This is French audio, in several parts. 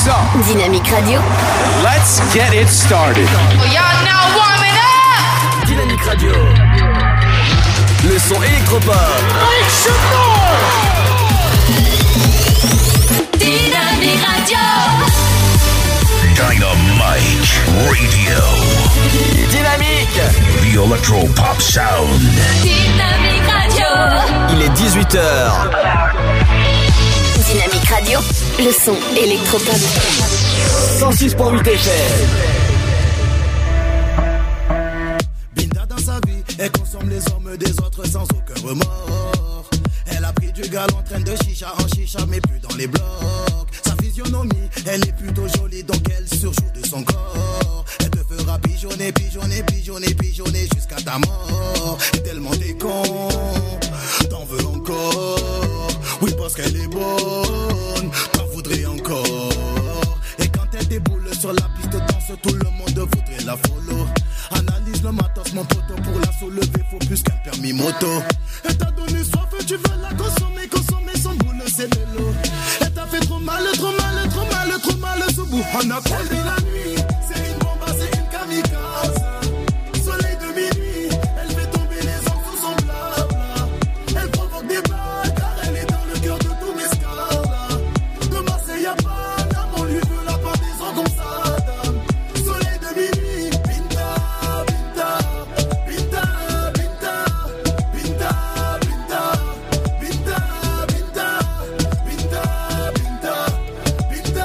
So, Dynamique Radio. let's get it started. Y'all now warming up. Dynamique Radio. Le son électropop. Dynamique Radio. Dynamite Radio. Dynamique. The Electropop Sound. Dynamique Radio. Il est 18h. Dynamique Radio. Le son électropop. 106.8 FM. Binda dans sa vie, elle consomme les hommes des autres sans aucun remords. Elle a pris du galon, traîne de chicha en chicha, mais plus dans les blocs. Sa physionomie, elle est plutôt jolie, donc elle surjoue de son corps. Elle te fera pigeonner, pigeonner, pigeonner, pigeonner jusqu'à ta mort. Et tellement t'es con, t'en veux encore. Oui, parce qu'elle est bonne, t'en voudrais encore. Et quand elle déboule sur la piste de danse, tout le monde voudrait la follow. Analyse le matos, mon poteau, pour la soulever, faut plus qu'un permis moto. Elle t'a donné soif, tu veux la consommer, consommer son boule, c'est de l'eau. Elle t'a fait trop mal, trop mal, trop mal, trop mal, ce bout. On a perdu la nuit, c'est une bombe, c'est une kamikaze. Soleil de minuit, elle fait tomber les hommes sous son blabla. Elle provoque des balles, car elle est dans le cœur de tous mes scars. De Marseille à Paname, on lui veut la part des hommes comme ça. Soleil de minuit, Binta, Binta, Binta, Binta, Binta, Binta, Binta, Binta, Binta, Binta, Binta, Binta,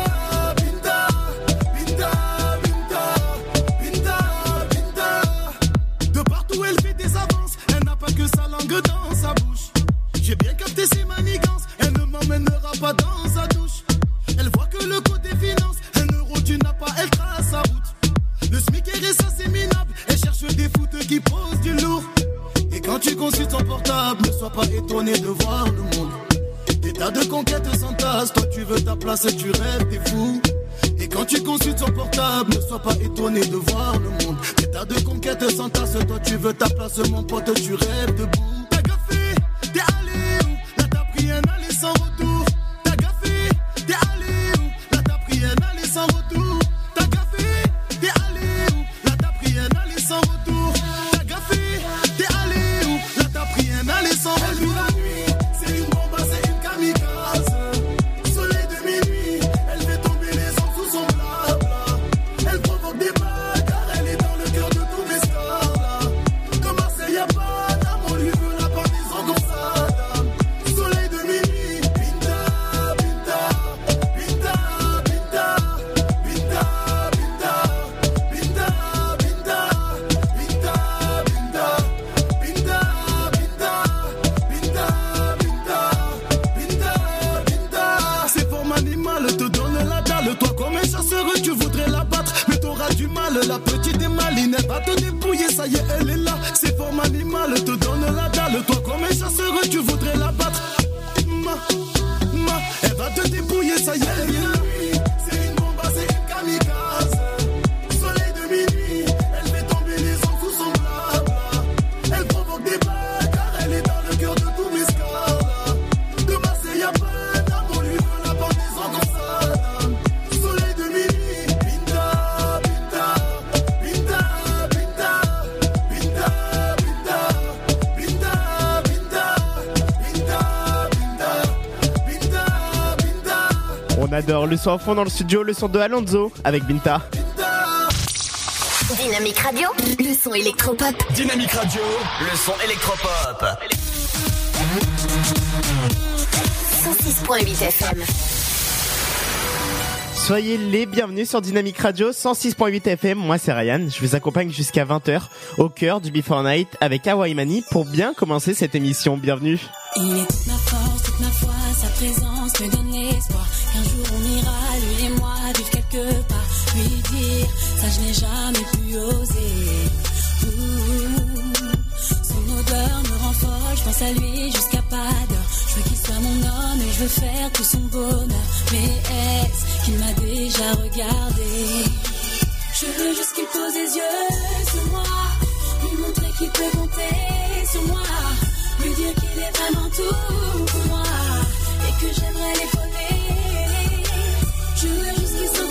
Binta, Binta. De partout elle fait des avances, elle n'a pas que sa langue dans sa bouche. J'ai bien capté ses manigances, elle ne m'emmènera pas dans sa douche. Elle voit que le côté finance, un euro tu n'as pas, elle trace sa route. Le SMIC est ça c'est minable, elle cherche des foutes qui posent du lourd. Et quand tu consultes son portable, ne sois pas étonné de voir le monde. Des tas de conquêtes s'entassent, toi tu veux ta place, tu rêves, t'es fou. Et quand tu consultes son portable, ne sois pas étonné de voir le monde. Des tas de conquêtes s'entassent, toi tu veux ta place, mon pote, tu rêves debout. T'as gaffé, t'es allé où? Là t'as pris un aller sans retour. T'as gaffé, t'es allé où? Là t'as pris un aller sans retour. T'as gaffé, t'es allé où? Là t'as pris un aller sans retour. T'as gaffé, t'es allé où? Là t'as pris un aller sans retour. La nuit, c'est une bombe, c'est une kamikaze. Soleil de minuit, elle fait tomber les hommes sous son blabla. Elle provoque des balles, car elle est dans le cœur de tous mes stars. De Marseille à Paname, on lui veut la part des hommes comme ça. Soleil de minuit, Binta, Binta, Binta, Binta, Binta, Binta, Binta, Binta, Binta, Binta, Binta, Binta, Binta, Binta. C'est forme animale, te donne la dalle. Toi comme un chasseur, tu voudrais la battre, mais t'auras du mal. La petite est maline, elle va te dépouiller, ça y est, elle est là. C'est forme animale, te donne la dalle. Toi comme un chasseur, tu voudrais la battre. Elle va te dépouiller, ça y est, elle est là. C'est une bombe, c'est une kamikaze. Soleil de minuit, elle fait tomber les hommes sous son blabla. Elle provoque des balles, car elle est dans le cœur de tous mes scars. De Marseille à Paname, on lui veut la part des hommes comme ça. Soleil de minuit, Binta, Binta, Binta, Binta, Binta, Binta, Binta, Binta, Binta, Binta, Binta, Binta. On adore le son à fond dans le studio, le son de Alonso avec Binta. Dynamique Radio. Le son électropop. Dynamique Radio. Le son électropop. 106.8 FM. Soyez les bienvenus sur Dynamique Radio 106.8 FM. Moi c'est Ryan, je vous accompagne jusqu'à 20h au cœur du Before Night avec Hawaii Mani pour bien commencer cette émission. Bienvenue. Il est toute ma force, toute ma foi, sa présence me donne l'espoir qu'un jour on ira, lui et moi, vivre quelque part, lui dire, ça je n'ai jamais pu oser. Son odeur me rend folle, je pense à lui jusqu'à pas d'heure. Je veux qu'il soit mon homme et je veux faire tout son bonheur. Mais est-ce qu'il m'a déjà regardé? Je veux juste qu'il pose les yeux sur moi, lui montrer qu'il peut compter sur moi, lui dire qu'il est vraiment tout pour moi et que j'aimerais l'épauler. Je veux juste qu'il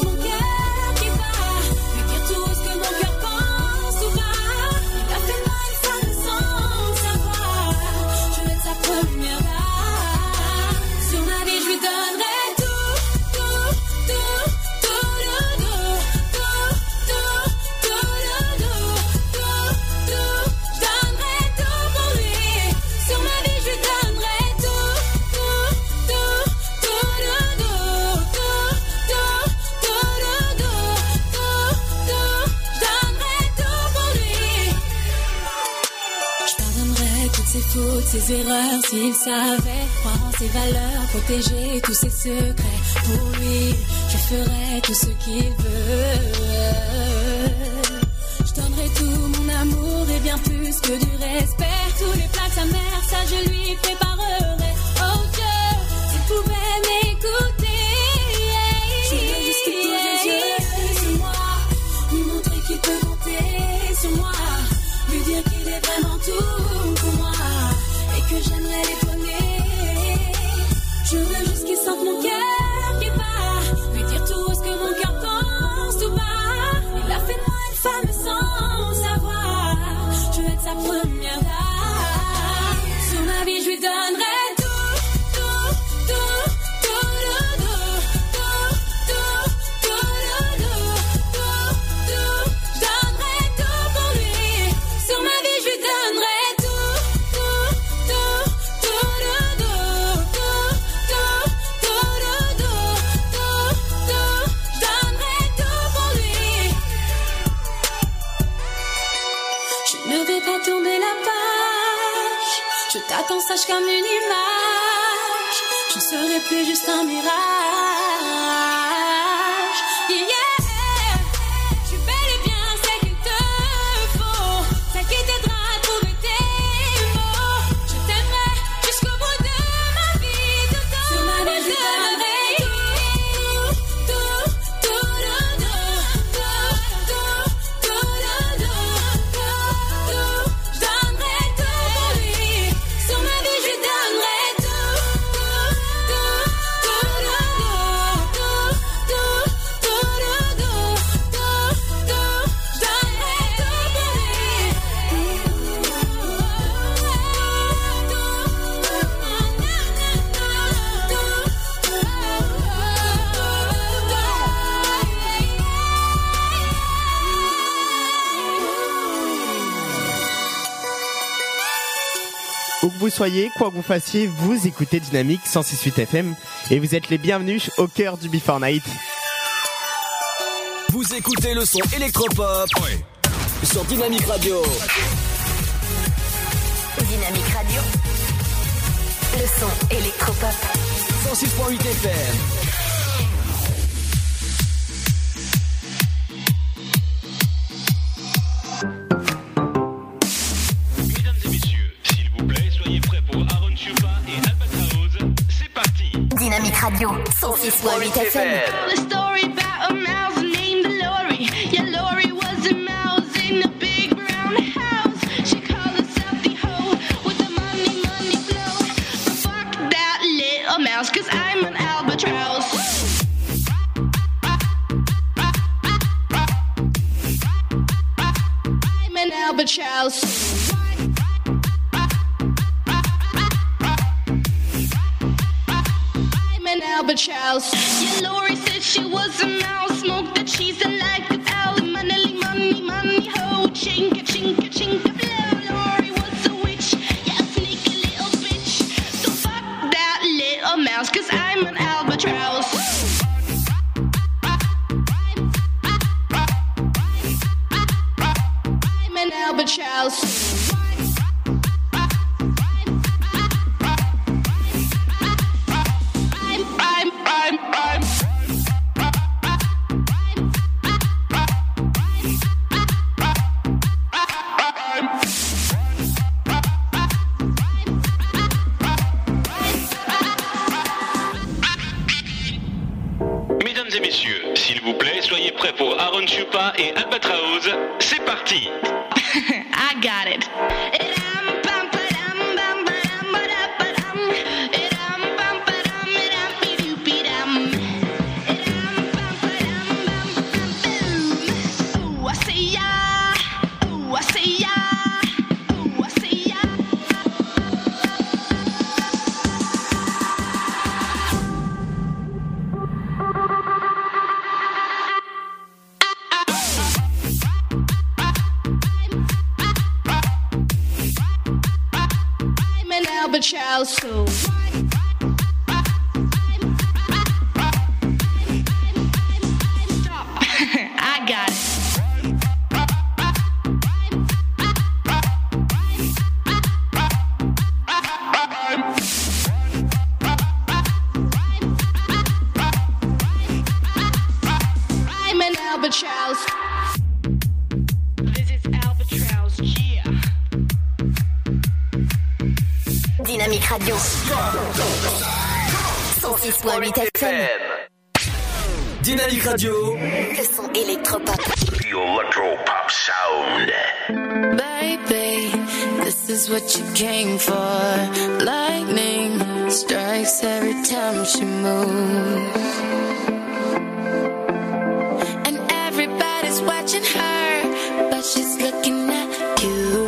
toutes ses erreurs. S'il savait croire en ses valeurs, protéger tous ses secrets. Pour lui, je ferais tout ce qu'il veut. Je donnerai tout mon amour et bien plus que du respect. Tous les plats de sa mère, ça je lui préparerai. Oh Dieu, s'il pouvait m'écouter, je veux juste qu'il pose les yeux sur moi, lui montrer qu'il peut compter sur moi, lui dire qu'il est vraiment tout pour moi et que j'aimerais l'épauler. Je veux juste qu'il sente mon cœur qui bat, lui dire tout haut ce que mon cœur pense tout bas. Il a fait de moi une femme sans savoir. Je veux être sa première dame. Sur ma vie, je lui donnerai tout, tout, tout, tout, tout, tout, tout, tout, tout, tout. Je donnerai tout pour lui. Sur ma vie, je lui donnerai tout, tout, tout, tout, tout, tout, tout, tout, tout, tout. Je donnerai tout pour lui. Je ne vais pas tourner la page. Je t'attends sage comme une image. Je ne serai plus juste un mirage. Yeah. Je suis bel et bien celle qu'il te faut, celle qui t'aidera à trouver tes mots. Je t'aimerai jusqu'au bout de ma vie. Tout au bout de ma vie. Tout, tout, tout, tout, tout, tout. Je donnerai tout pour lui. Sur ma vie, je lui donnerai tout, tout, tout, tout, tout, tout, tout. Je donnerai tout pour Où que vous soyez, quoi que vous fassiez, vous écoutez Dynamique 106.8 FM et vous êtes les bienvenus au cœur du Before Night. Vous écoutez le son électropop sur Dynamique Radio. Dynamique Radio. Le son électropop. 106.8 FM. Mesdames et messieurs, s'il vous plaît, soyez prêts pour Aaron Chupa et Albatraoz. C'est parti. Dynamique Radio. 106.8 FM. The story about a mouse named Lori. Yeah, Lori was a mouse in a big brown house. She called herself the hoe with the money, money flow. But fuck that little mouse, 'cause I'm an albatross. I'm an albatross. I'm an albatross. Yeah, Lori said she was a mouse, smoked the cheese and like a owl. Money, money, money, ho, chinka, chinka, chinka, blow. Lori was a witch, yeah, a sneaky little bitch. So fuck that little mouse, 'cause I'm an albatross. I'm an albatross. Mesdames et messieurs, s'il vous plaît, soyez prêts pour Aaron Chupa et Albatraoz. C'est parti. I got it. Ooh, I say yeah. Ooh, I say yeah. Ooh, I say yeah. I'm an albatross. So stop. I got it. Albatross. This is Albatross, yeah. Dynamique Radio. 106.8 FM. Dynamique Radio. Le son électropop. The electro-pop sound. Baby, this is what you came for. Lightning strikes every time she moves. And everybody's watching her, but she's looking at you.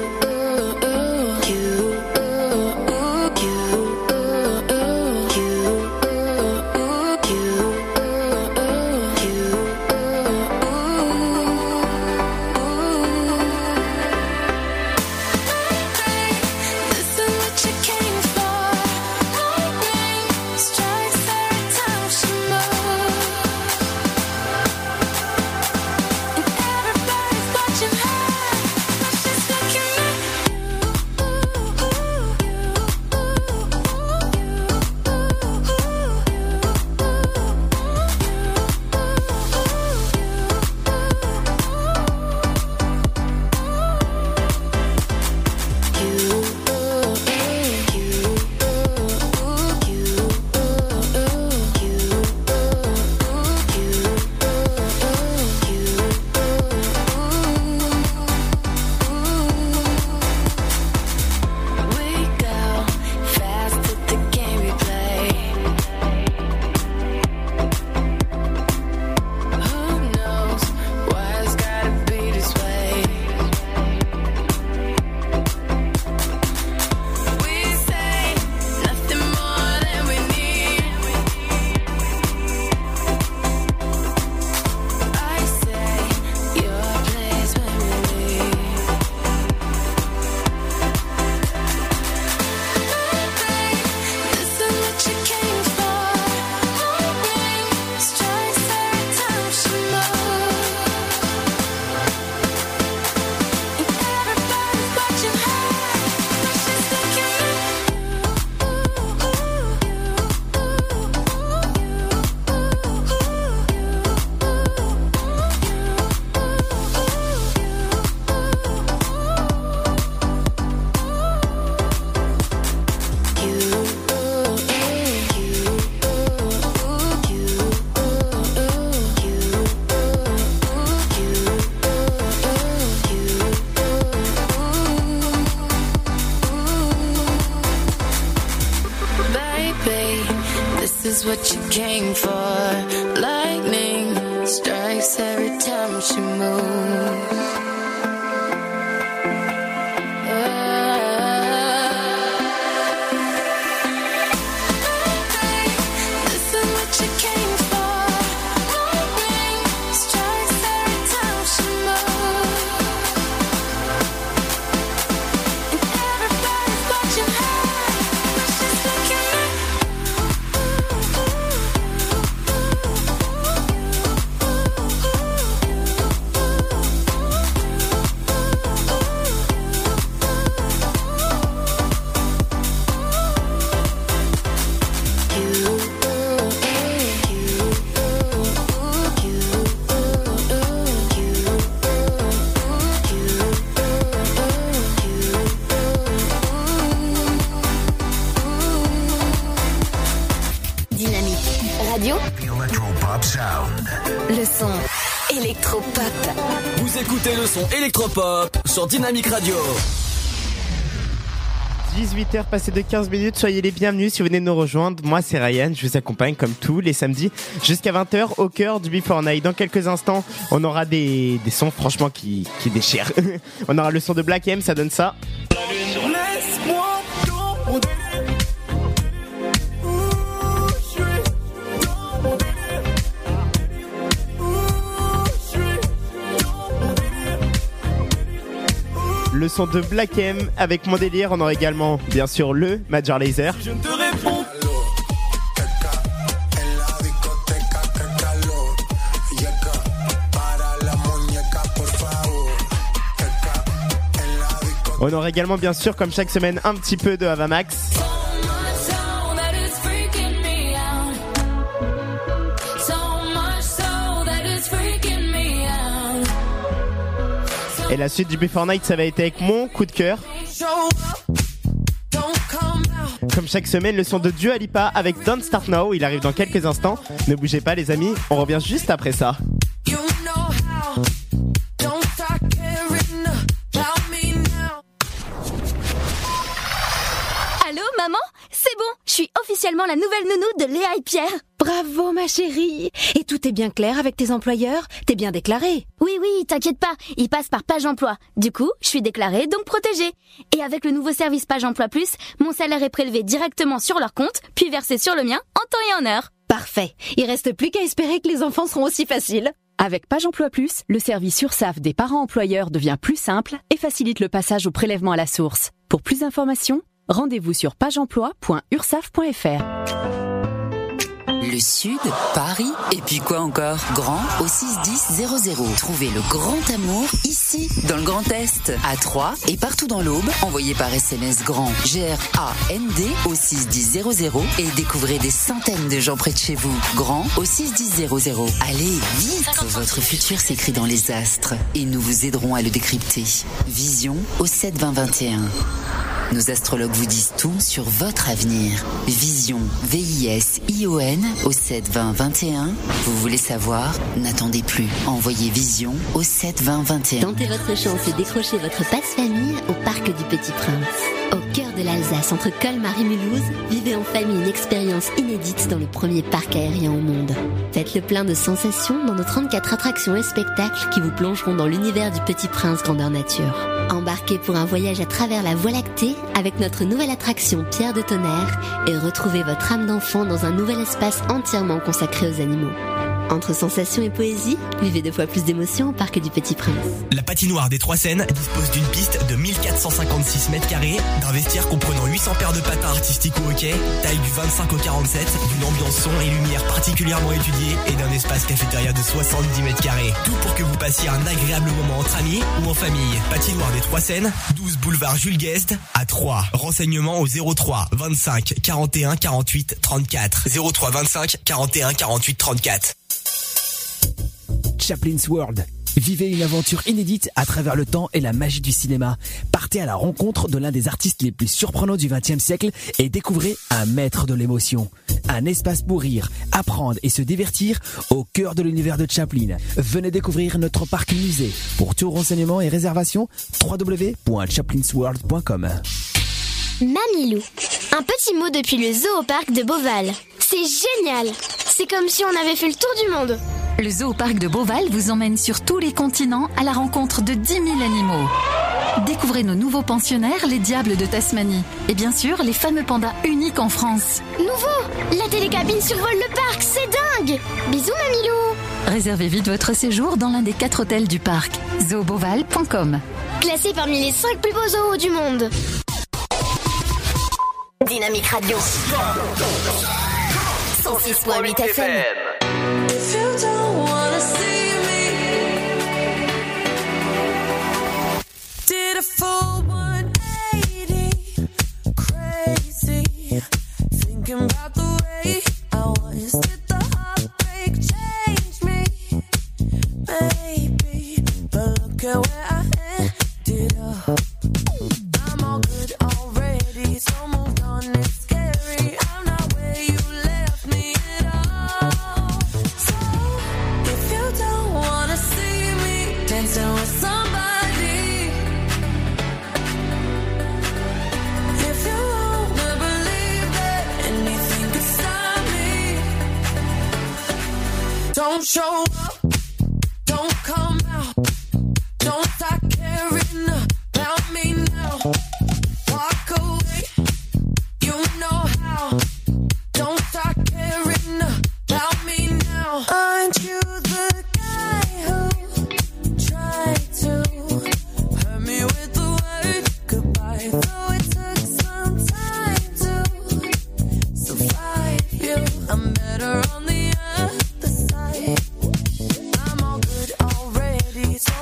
What you came for. Lightning strikes every time she moves. This is what you came for. Lightning strikes every time she moves. And everybody's watching her, but she's looking at. Le son électropop. Vous écoutez le son électropop sur Dynamique Radio. 18h passées de 15 minutes, soyez les bienvenus si vous venez de nous rejoindre. Moi c'est Ryan, je vous accompagne comme tous les samedis jusqu'à 20h au cœur du Before Night. Dans quelques instants, on aura des sons franchement qui déchirent. On aura le son de Black M, ça donne ça. Le son de Black M avec Mon Délire. On aura également bien sûr le Major Lazer. Je ne te réponds. On aura également bien sûr comme chaque semaine un petit peu de Avamax. Et la suite du Before Night, ça va être avec mon coup de cœur. Comme chaque semaine, le son de Dua Lipa avec Don't Start Now. Il arrive dans quelques instants. Ne bougez pas les amis, on revient juste après ça. Allô maman? C'est bon, je suis officiellement la nouvelle nounou de Léa et Pierre. Bravo ma chérie. Et tout est bien clair avec tes employeurs? T'es bien déclarée? Oui, t'inquiète pas, ils passent par Page Emploi. Du coup, je suis déclarée, donc protégée. Et avec le nouveau service Page Emploi Plus, mon salaire est prélevé directement sur leur compte, puis versé sur le mien en temps et en heure. Parfait. Il reste plus qu'à espérer que les enfants seront aussi faciles. Avec Page Emploi Plus, le service URSSAF des parents employeurs devient plus simple et facilite le passage au prélèvement à la source. Pour plus d'informations, rendez-vous sur pageemploi.ursaf.fr. Le Sud, Paris, et puis quoi encore? Grand au 61000. Trouvez le grand amour ici, dans le Grand Est, à Troyes et partout dans l'Aube. Envoyez par SMS GRAND, G-R-A-N-D au 61000 et découvrez des centaines de gens près de chez vous. Grand au 61000. Allez, vite! Votre futur s'écrit dans les astres et nous vous aiderons à le décrypter. Vision au 72021. Nos astrologues vous disent tout sur votre avenir. Vision, V-I-S-I-O-N au 72021. Vous voulez savoir? N'attendez plus. Envoyez Vision au 72021. Tentez votre chance et décrochez votre passe-famille au Parc du Petit Prince. Au cœur de l'Alsace, entre Colmar et Mulhouse, vivez en famille une expérience inédite dans le premier parc aérien au monde. Faites le plein de sensations dans nos 34 attractions et spectacles qui vous plongeront dans l'univers du Petit Prince grandeur nature. Embarquez pour un voyage à travers la Voie lactée avec notre nouvelle attraction Pierre de Tonnerre et retrouvez votre âme d'enfant dans un nouvel espace entièrement consacré aux animaux. Entre sensations et poésie, vivez 2 fois plus d'émotions au Parc du Petit Prince. La patinoire des Trois Seines dispose d'une piste de 1456 mètres carrés, d'un vestiaire comprenant 800 paires de patins artistiques ou hockey, taille du 25 au 47, d'une ambiance son et lumière particulièrement étudiée et d'un espace cafétéria de 70 mètres carrés. Tout pour que vous passiez un agréable moment entre amis ou en famille. Patinoire des Trois Seines, 12 boulevard Jules Guest à Troyes. Renseignements au 03 25 41 48 34. 03 25 41 48 34. Chaplin's World. Vivez une aventure inédite à travers le temps et la magie du cinéma. Partez à la rencontre de l'un des artistes les plus surprenants du XXe siècle et découvrez un maître de l'émotion. Un espace pour rire, apprendre et se divertir au cœur de l'univers de Chaplin. Venez découvrir notre parc musée. Pour tout renseignement et réservation, www.chaplinsworld.com. Mamilou, un petit mot depuis le zoo au parc de Beauval. C'est génial! C'est comme si on avait fait le tour du monde. Le zoo au parc de Beauval vous emmène sur tous les continents à la rencontre de 10 000 animaux. Découvrez nos nouveaux pensionnaires, les diables de Tasmanie. Et bien sûr, les fameux pandas uniques en France. Nouveau! La télécabine survole le parc, c'est dingue! Bisous Mamilou! Réservez vite votre séjour dans l'un des 4 hôtels du parc. zooboval.com. Classé parmi les 5 plus beaux zoos du monde. Dynamique Radio 106.8 FM. If you don't wanna see me, did a full 180, crazy, thinking about the way I was. Did the heartbreak change me? Maybe, but look at where I ended up. I'm all good already, so moved on, it's scary. I'm not where you left me at all. So, if you don't wanna see me dancing with somebody, if you wanna believe that anything could stop me, don't show up, don't come out, don't start caring about me now. Walk away, you know how. Don't start caring about me now. Aren't you the guy who tried to hurt me with the word goodbye? Though it took some time to survive you, I'm better on the other side. I'm all good already, so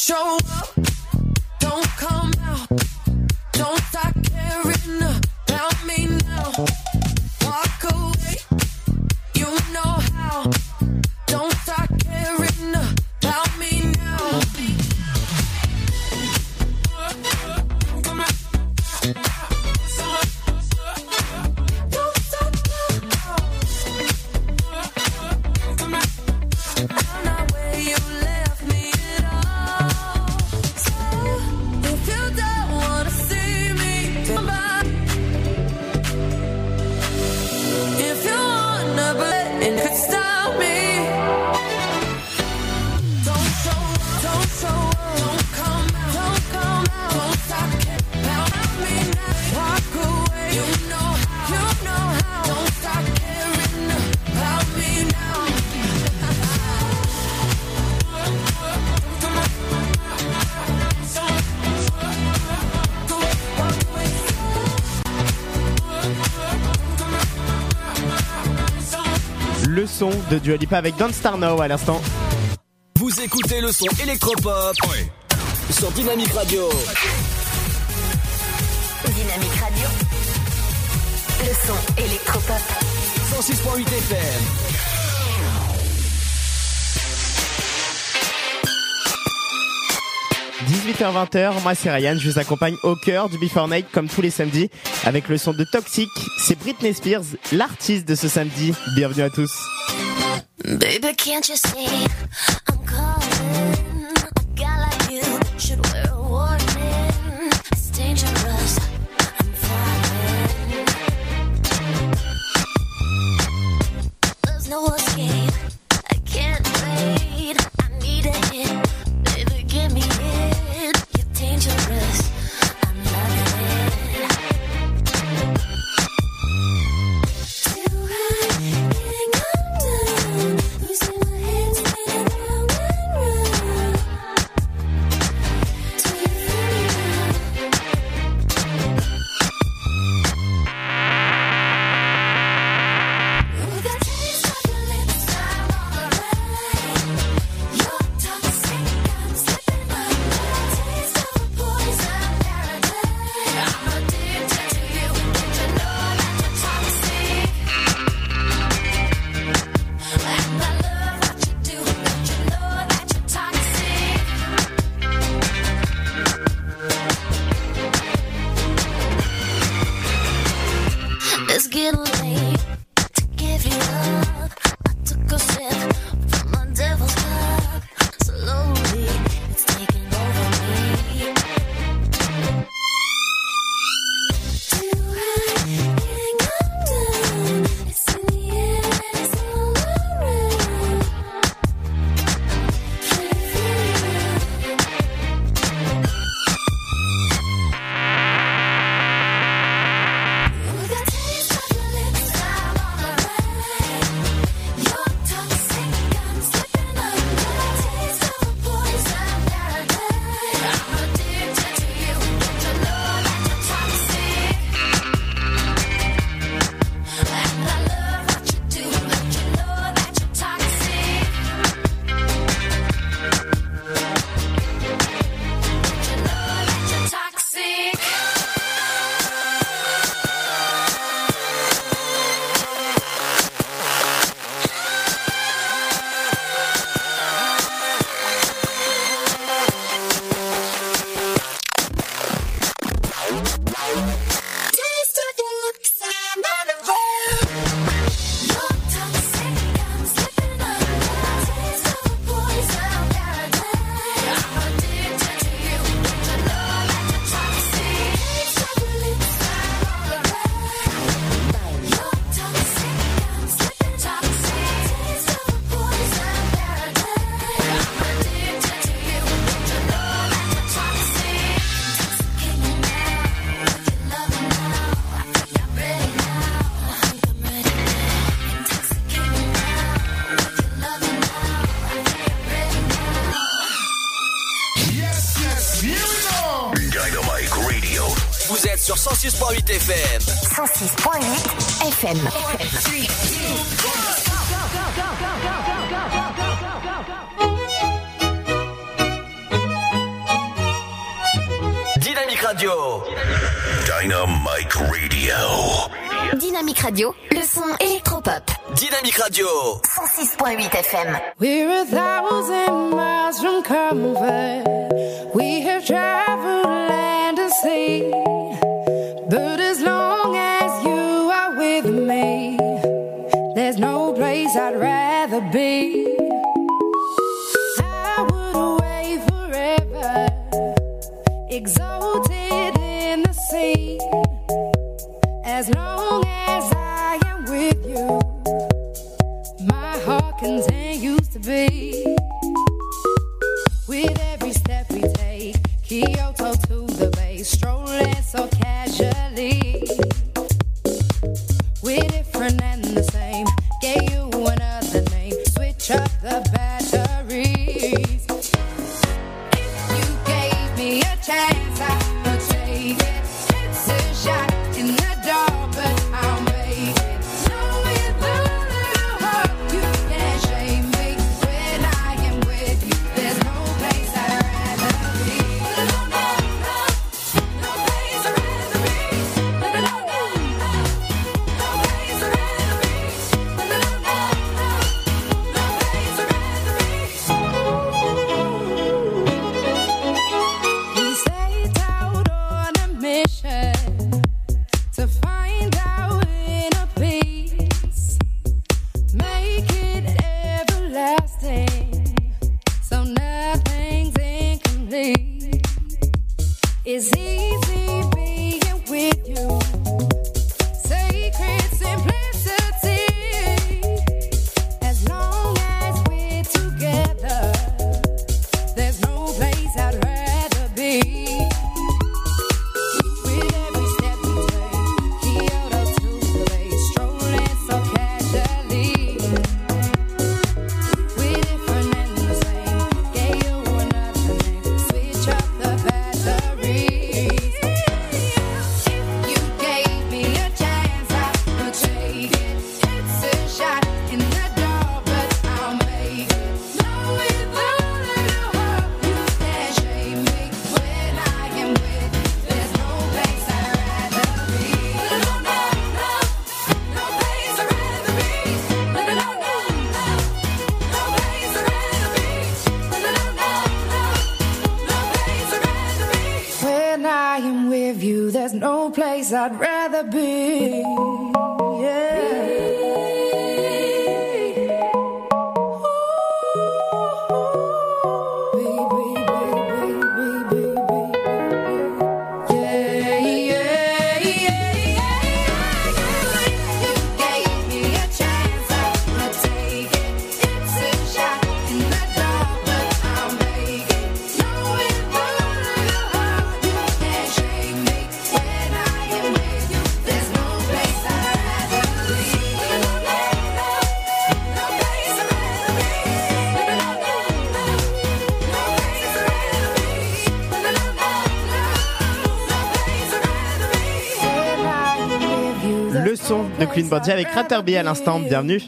show up, don't come out, don't start caring about me now. Walk away, you know how. Don't start caring about me now. I'm not where you left me at all. So if you don't wanna see me, come back. If you wanna play and could stop me, don't show up, don't show up, don't come out, don't come out, don't stop caring about me now. Walk away, you know how, don't stop caring about me now. Le son de Dua Lipa avec Don't Start Now à l'instant. Vous écoutez le son électropop sur Dynamique Radio. Dynamique Radio. Le son électropop. 106.8 FM. – 18h-20h, moi c'est Ryan, je vous accompagne au cœur du Before Night comme tous les samedis avec le son de Toxic. C'est Britney Spears, l'artiste de ce samedi. Bienvenue à tous. Baby, can't you see I'm calling? A guy like you should wear a warning. It's dangerous. I'm falling. There's no escape. I can't wait. I need a hit. Baby, give me it. You're dangerous. I'm loving it. Do I hang on down? Losing my head, spinning round and round. Do you feel me now? Ooh, the taste of your lips, I'm alright. You're toxic, I'm slipping under. Taste of a poison paradise. I'm addicted to you. Don't you know that you're toxic? And I love what you do. Don't you know that you're toxic? It's getting late to give you up. I took a sip from my devil's cup. Slowly, it's taking over me. Do I hang on down? It's in the air and it's all around. Can you feel it? Ooh, the taste of your lips, I'm alright. You're toxic, I'm slipping under. Taste of a poison paradise. I'm addicted to you. Don't you know that you're toxic? And I love what you do. Don't you know that you're toxic? Don't you know that you're toxic? Taste of your lips, I'm unaware. You're toxic, I'm slipping under. Taste of a poison paradise. I'm addicted to you. Don't you know that you're toxic? Taste of your lips, I'm alright. You're toxic, I'm slipping toxic. Taste of a poison paradise. I'm addicted to you. Don't you know that you're toxic? Intoxicating now. With your loving now. I think I'm ready now. I think I'm ready now. Intoxicating now. With your loving now. I think I'm ready now. Yes, here we go. Dynamite Radio. Vous êtes sur 106.8 FM. 106.8 FM. Radio. Dynamic Radio. Dynamic Radio, le son électropop. Dynamic Radio. 106.8 FM. We're 1,000 miles from comfort. We have traveled land and sea. But as long as you are with me, there's no place I'd rather be. I would away forever, exalted in the sea. As long as I am with you, my heart continues to beat. With every step we take, Kyoto to the bay, strolling so casually. We're different and the same, gave you another name, switch up the batteries. If you gave me a chance, I would take it. It's a shot in the dark, but I'll make it. Knowing the little heart, you can't shame me. When I am with you, there's no place I'd rather be. No, no, no, no place I'd rather be. No, no, no, no, no place I'd rather be. No, no, no, no, no place I'd rather be. We set out on a mission to find our inner peace, make it everlasting, so nothing's incomplete. It's easy being with you, sacred simplicity. As long as we're together, there's no place I'd rather be. With every step we take, Kyoto to the bay, strolling so casually. We're different and the same, gave you another name, switch up the batteries. If you gave me a chance, I would take it. It's a shot in the dark, but I'll make it. Knowing the little heart, you can't shame me. When I am with you, there's no place I'd rather be. No, no, no, no place I'd rather be. No, no, no, no, no place I'd rather be. No, no, no, no, no place I'd rather be. When I am with you, there's no place I'd rather be. Le son de Queen Bandit avec Ratterby à l'instant, bienvenue.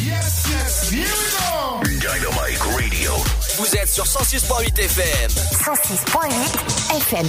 Dynamic Radio. Vous êtes sur 106.8 FM. 106.8 FM.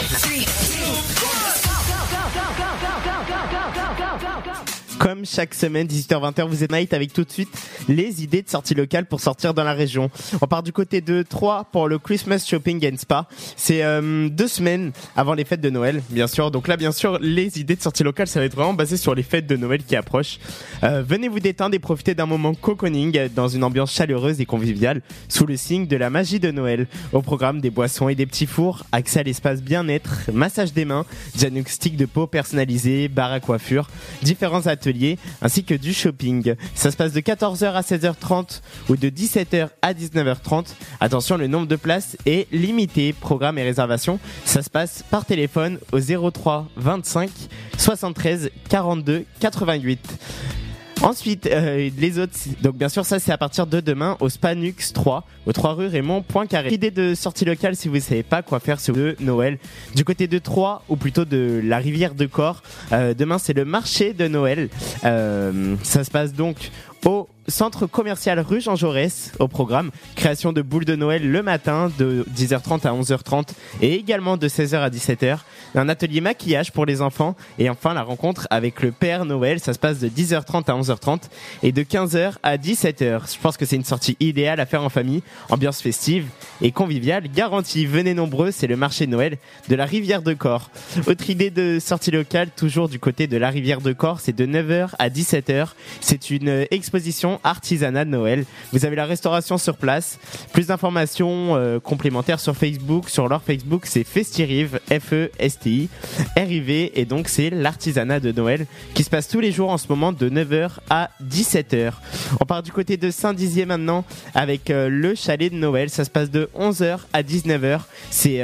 Comme chaque semaine, 18h-20h, vous êtes night avec tout de suite les idées de sorties locales pour sortir dans la région. On part du côté de Troyes pour le Christmas Shopping and Spa. C'est 2 semaines avant les fêtes de Noël, bien sûr. Donc là, bien sûr, les idées de sorties locales, ça va être vraiment basé sur les fêtes de Noël qui approchent. Venez vous détendre et profiter d'un moment cocooning dans une ambiance chaleureuse et conviviale sous le signe de la magie de Noël. Au programme, des boissons et des petits fours, accès à l'espace bien-être, massage des mains, diagnostic de peau personnalisé, bar à coiffure, différents ateliers ainsi que du shopping. Ça se passe de 14h à 16h30 ou de 17h à 19h30. Attention, le nombre de places est limité. Programme et réservation, ça se passe par téléphone au 03 25 73 42 88. Ensuite, les autres, donc bien sûr ça c'est à partir de demain au Spanux 3, au 3 rue Raymond Poincaré. Idée de sortie locale si vous ne savez pas quoi faire sur de Noël. Du côté de Troyes ou plutôt de la rivière de Corps, demain c'est le marché de Noël. Ça se passe donc au centre commercial rue Jean Jaurès au programme. Création de boules de Noël le matin de 10h30 à 11h30 et également de 16h à 17h. Un atelier maquillage pour les enfants et enfin la rencontre avec le Père Noël. Ça se passe de 10h30 à 11h30 et de 15h à 17h. Je pense que c'est une sortie idéale à faire en famille. Ambiance festive et conviviale garantie. Venez nombreux, c'est le marché de Noël de la Rivière de Corps. Autre idée de sortie locale, toujours du côté de la Rivière de Corps, c'est de 9h à 17h. C'est une exposition artisanat de Noël. Vous avez la restauration sur place. Plus d'informations complémentaires sur Facebook. Sur leur Facebook, c'est Festiriv, F-E-S-T-I, R-I-V, et donc c'est l'artisanat de Noël qui se passe tous les jours en ce moment de 9h à 17h. On part du côté de Saint-Dizier maintenant avec le chalet de Noël. Ça se passe de 11h à 19h. C'est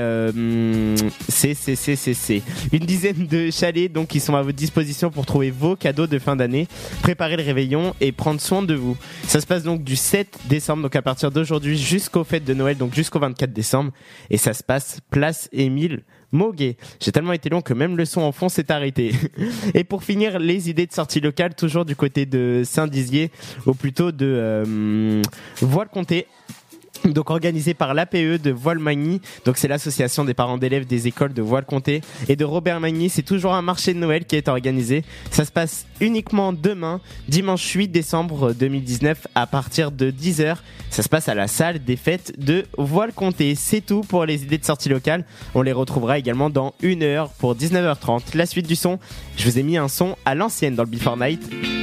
une dizaine de chalets donc qui sont à votre disposition pour trouver vos cadeaux de fin d'année, préparer le réveillon et prendre soin de vous. Ça se passe donc du 7 décembre, donc à partir d'aujourd'hui jusqu'aux fêtes de Noël, donc jusqu'au 24 décembre, et ça se passe place Émile Moguet. J'ai tellement été long que même le son en fond s'est arrêté. Et pour finir, les idées de sortie locale, toujours du côté de Saint-Dizier, ou plutôt de Voile-Comté. Donc organisé par l'APE de Voile-Magny, donc c'est l'association des parents d'élèves des écoles de Voile-Comté, et de Robert Magny. C'est toujours un marché de Noël qui est organisé. Ça se passe uniquement demain, dimanche 8 décembre 2019, à partir de 10h. Ça se passe à la salle des fêtes de Voile-Comté. C'est tout pour les idées de sortie locale. On les retrouvera également dans 1 heure pour 19h30. La suite du son, je vous ai mis un son à l'ancienne dans le Before Night.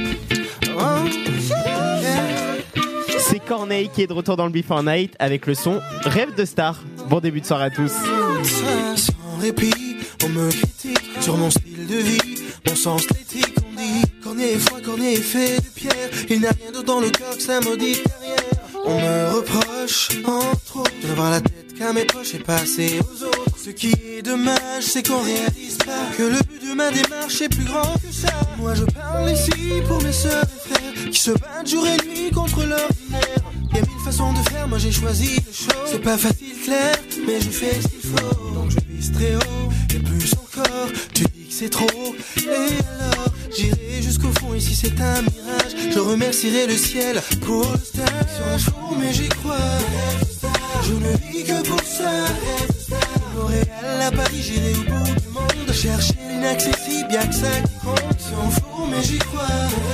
C'est Corneille qui est de retour dans le Before Night avec le son Rêve de Star. Bon début de soirée à tous. Sans répit, on me critique sur mon style de vie, mon sens l'éthique. On dit Corneille est froid, Corneille est fait de pierre. Il n'a rien d'autre dans le corps que sa maudite carrière. On me reproche, entre autres, de n'avoir la tête qu'à mes poches et passer aux autres. Ce qui est dommage, c'est qu'on réalise pas que le but de ma démarche est plus grand que ça. Moi je parle ici pour mes sœurs et frères qui se battent jour et nuit contre l'ordinaire. Y a 1000 façons de faire, moi j'ai choisi le show. C'est pas facile, clair, mais je fais ce qu'il faut. Donc je vise très haut, et plus encore, tu dis que c'est trop. Et alors, j'irai jusqu'au fond, et si c'est un mirage, je remercierai le ciel pour le stage. Sur un show, mais j'y crois. Je ne vis que pour ça. Montréal, à Paris, j'irai au bout du monde. Chercher l'inaccessible, y'a que ça qui compte. S'en fout, mais j'y crois.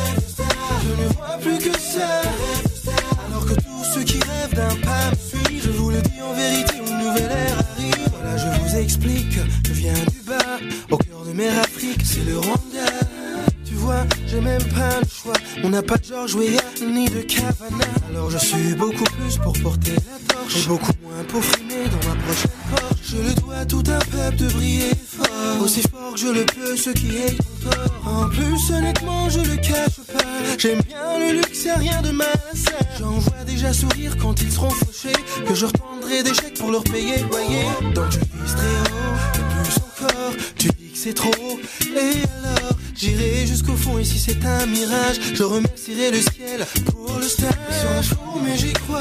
Je ne vois plus que ça. Alors que tous ceux qui rêvent d'un pas me suivent. Je vous le dis en vérité, une nouvelle ère arrive. Voilà, je vous explique. Je viens du bas, au cœur de mer Afrique, c'est le Rwanda. Tu vois, j'ai même pas le choix. On n'a pas de George Weah ni de Cavana. Alors je suis beaucoup plus pour porter la torche et beaucoup moins pour frimer dans ma prochaine porte. Je le dois à tout un peuple de briller fort, aussi fort que je le peux, ceux qui aient ton tort. En plus, honnêtement, je le cache pas. J'aime bien le luxe, y'a rien de mal à ça. J'en vois déjà sourire quand ils seront fauchés, que je retendrai des chèques pour leur payer le loyer. Donc je vise très haut, et plus encore, tu dis que c'est trop. Et alors, j'irai jusqu'au fond, et si c'est un mirage, je remercierai le ciel pour le stage. Sur un show, mais j'y crois.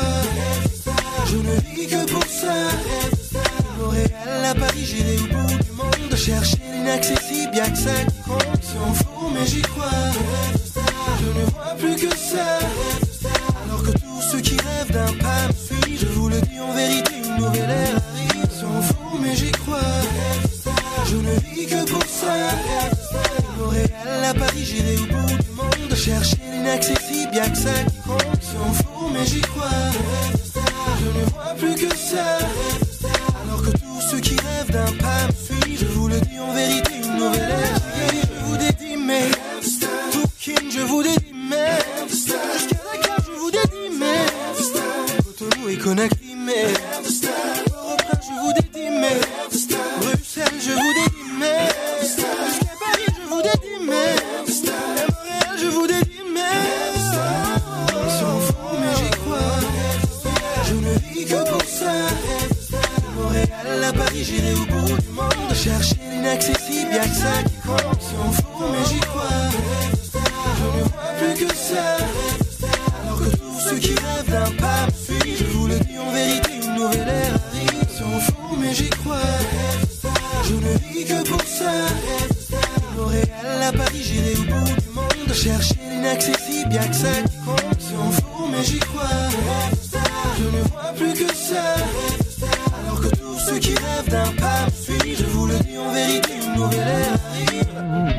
Je ne vis que pour ça. Montréal, à Paris, j'irai au bout du monde. Chercher l'inaccessible, y'a que ça qui compte. S'en fout, mais j'y crois. Je ne vois plus que ça. Alors que tous ceux qui rêvent d'un pas me suivent. Je vous le dis en vérité, une nouvelle ère arrive. S'en fout, mais j'y crois. Je ne vis que pour ça. Montréal, à Paris, j'irai au bout du monde. Chercher l'inaccessible, y'a que ça qui compte. S'en fout, mais j'y crois. Je ne vois plus que ça. Alors que tous ceux qui rêvent d'un pas me suivent. Je vous le dis en vérité, une nouvelle ère. Je vous dédie mes Toukine, je vous dédie mes jusqu'à Dakar, je vous dédie mes Cotonou et Conakry, mes Port-au-Prince, je vous dédie mes Bruxelles, je vous dédie mes jusqu'à Paris, je vous dédie mes Montréal, je vous dédie mes s'en fout, mais j'y crois. Je ne vis que pour ça. Montréal, à Paris, j'irai au bout du monde. Chercher l'inaccessible, y'a que ça qui compte. S'en fout, mais j'y crois. Je ne vois plus que ça. Alors que tous ceux qui rêvent d'un pas me suivent. Je vous le dis en vérité, une nouvelle ère arrive. S'en fout, mais j'y crois. Je ne vis que pour ça. Montréal, à Paris, j'irai au bout du monde. Chercher l'inaccessible. inaccessible, y'a que ça qui compte. Si on fout, mais j'y crois. Je ne vois plus que ça. Alors que tous ceux qui rêvent d'un pas me suivent. Je vous le dis en vérité, une nouvelle ère arrive.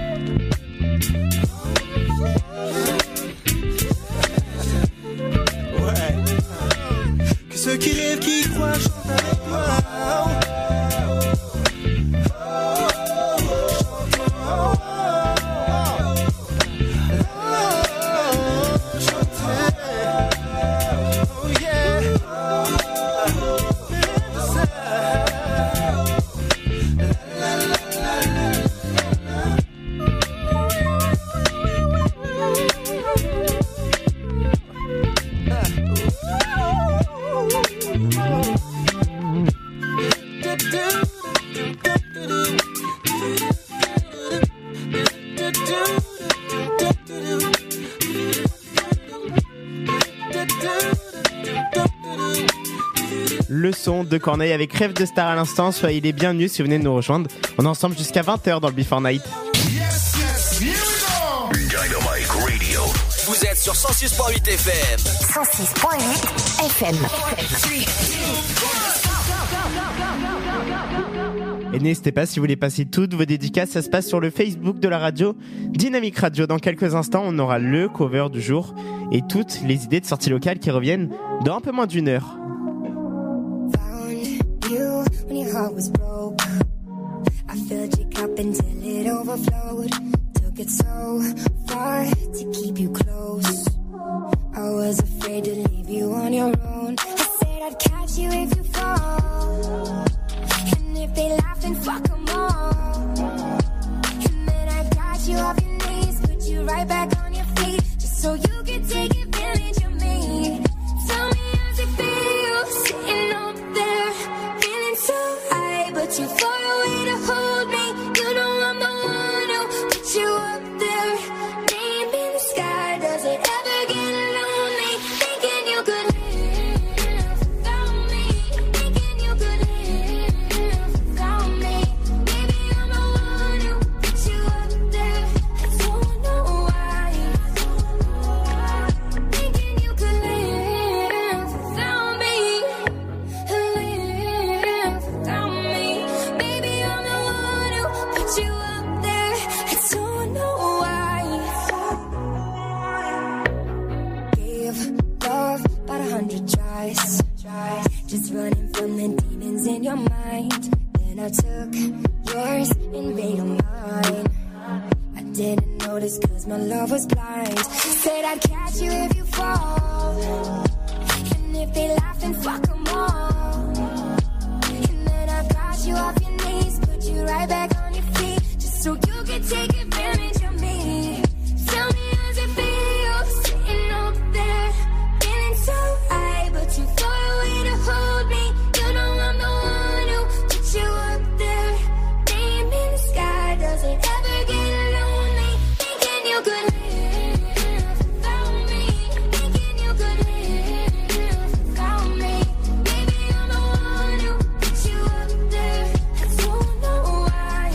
Ouais. Que ceux qui rêvent, qui croient, chantent avec toi. Le son de Corneille avec Rêve de Star à l'instant. Soyez les bienvenus si vous venez de nous rejoindre. On est ensemble jusqu'à 20h dans le Before Night. Dynamite Radio. Vous êtes sur 106.8 FM. 106.8 FM. Et n'hésitez pas, si vous voulez passer toutes vos dédicaces, ça se passe sur le Facebook de la radio Dynamique Radio. Dans quelques instants, on aura le cover du jour et toutes les idées de sorties locales qui reviennent dans un peu moins d'une heure. You when your heart was broke, I filled your cup until it overflowed. Took it so far to keep you close. I was afraid to leave you on your own. I said I'd catch you if you fall, and if they laugh then fuck them all. And then I got you off your knees, put you right back on your feet, just so you could take advantage of me. Tell me how's it feel sitting up there, so high, but you're far away to hold me. You know I'm the one who put you up there. Name in the sky, does it ever get lonely? Thinking you could live without me. Thinking you could live without me. Baby, I'm the one who put you up there. I don't know why. Thinking you could live without me. Without me, baby, I'm the one who put you up there. I don't know why. Gave love about 100 tries, just running from the demons in your mind. Then I took yours and made them mine. I didn't notice 'cause my love was blind. Said I'd catch you if you fall, and if they laugh then fuck them all. You off your knees, put you right back on your feet, just so you can take advantage of me. Tell me how's it feel sitting up there, feeling so high, but you far away to hold me. You know I'm the one who put you up there. Name in the sky, does it ever get lonely? Thinking you could live without me. Thinking you could live without me. Baby, I'm the one who put you up there. I don't know why.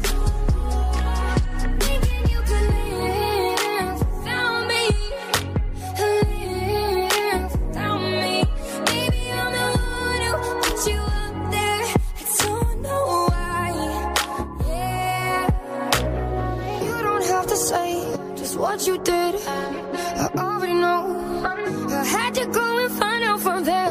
Thinking you could live without me. Live without me. Baby, I'm the one who put you up there. I don't know why. Yeah. You don't have to say just what you did. I already know. I had to go and find out from them.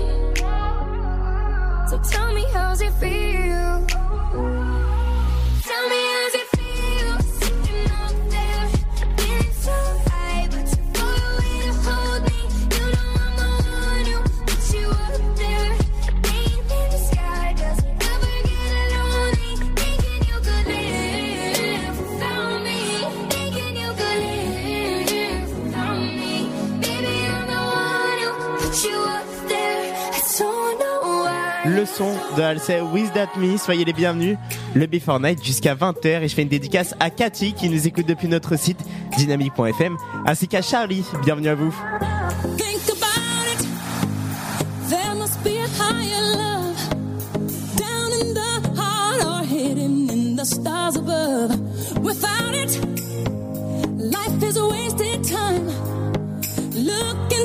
So tell me how's it feel? Tell me how's it feel sitting up there, feeling so high, but you're far away to hold me. You know I'm the one who put you up there. Name in the sky, does it ever get lonely? Thinking you could live without me. Thinking you could live without me. Baby, I'm the one who put you up there. I don't know why. Le son de Halsey With That Me, soyez les bienvenus. Le Before Night jusqu'à 20h et je fais une dédicace à Cathy qui nous écoute depuis notre site dynamique.fm ainsi qu'à Charlie. Bienvenue à vous. Think about it. There must be a higher love down in the heart or hidden in the stars above. Without it, life is a wasted time.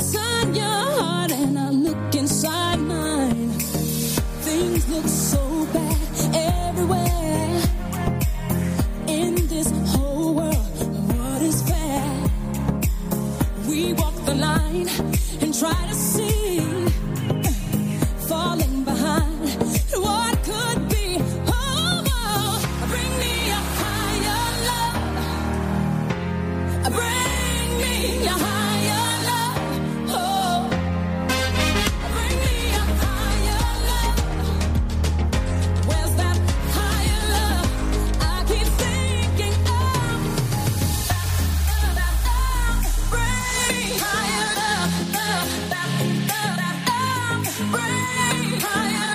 inside your heart and I look inside mine. Things look so bad everywhere. In this whole world, what is fair? We walk the line and try to see, falling behind what could be. Oh, oh, bring me a higher love. Bring me a higher love. Oh, bring me a higher love. Where's that higher love? I keep thinking of. Bring higher love. Bring higher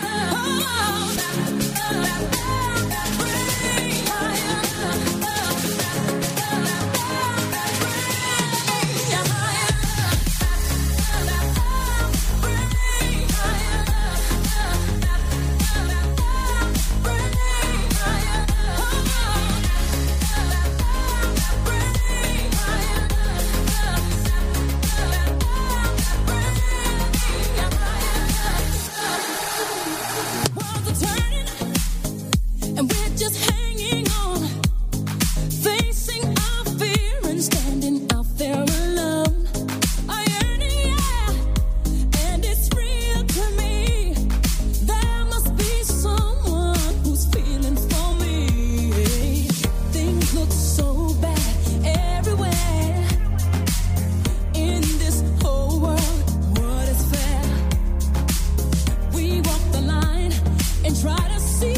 worlds are turning, and we're just hanging on, facing our fear and standing out there alone. I yearning, yeah, and it's real to me. There must be someone who's feeling for me. Things look so bad everywhere. In this whole world, what is fair? We walk the line and try to see,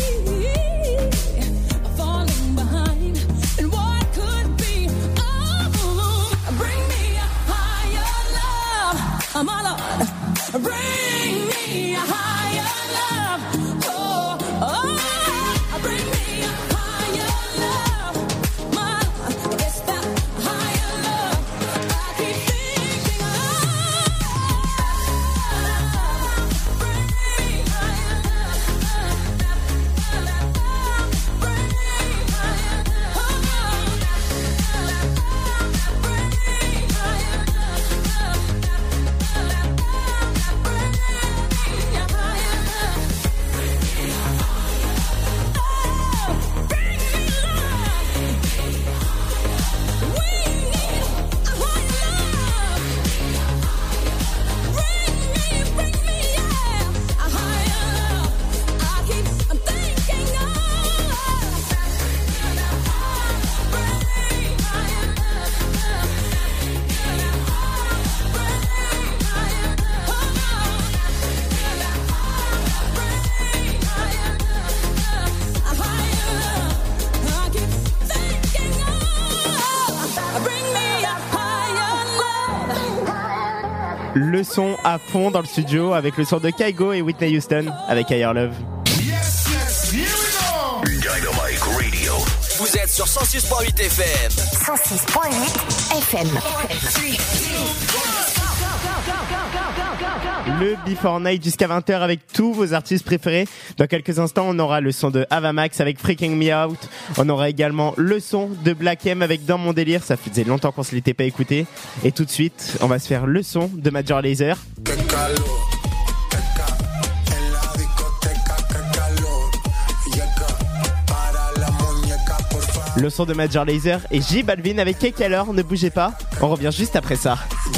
falling behind and what could be. Oh, bring me a higher love, my Lord. Bring me a higher love. Oh, oh, bring me a higher love, my Lord. It's that higher love I keep thinking Le son à fond dans le studio avec le son de Kygo et Whitney Houston avec Higher Love. Dynamite Radio. Vous êtes sur 106.8 FM. 106.8 FM. Le Before Night jusqu'à 20h avec tous vos artistes préférés. Dans quelques instants, on aura le son de Avamax avec Freaking Me Out. On aura également le son de Black M avec Dans Mon Délire. Ça faisait longtemps qu'on se l'était pas écouté. Et tout de suite, on va se faire le son de Major Lazer. Le son de Major Lazer et J Balvin avec Cake Alors. Ne bougez pas, on revient juste après ça.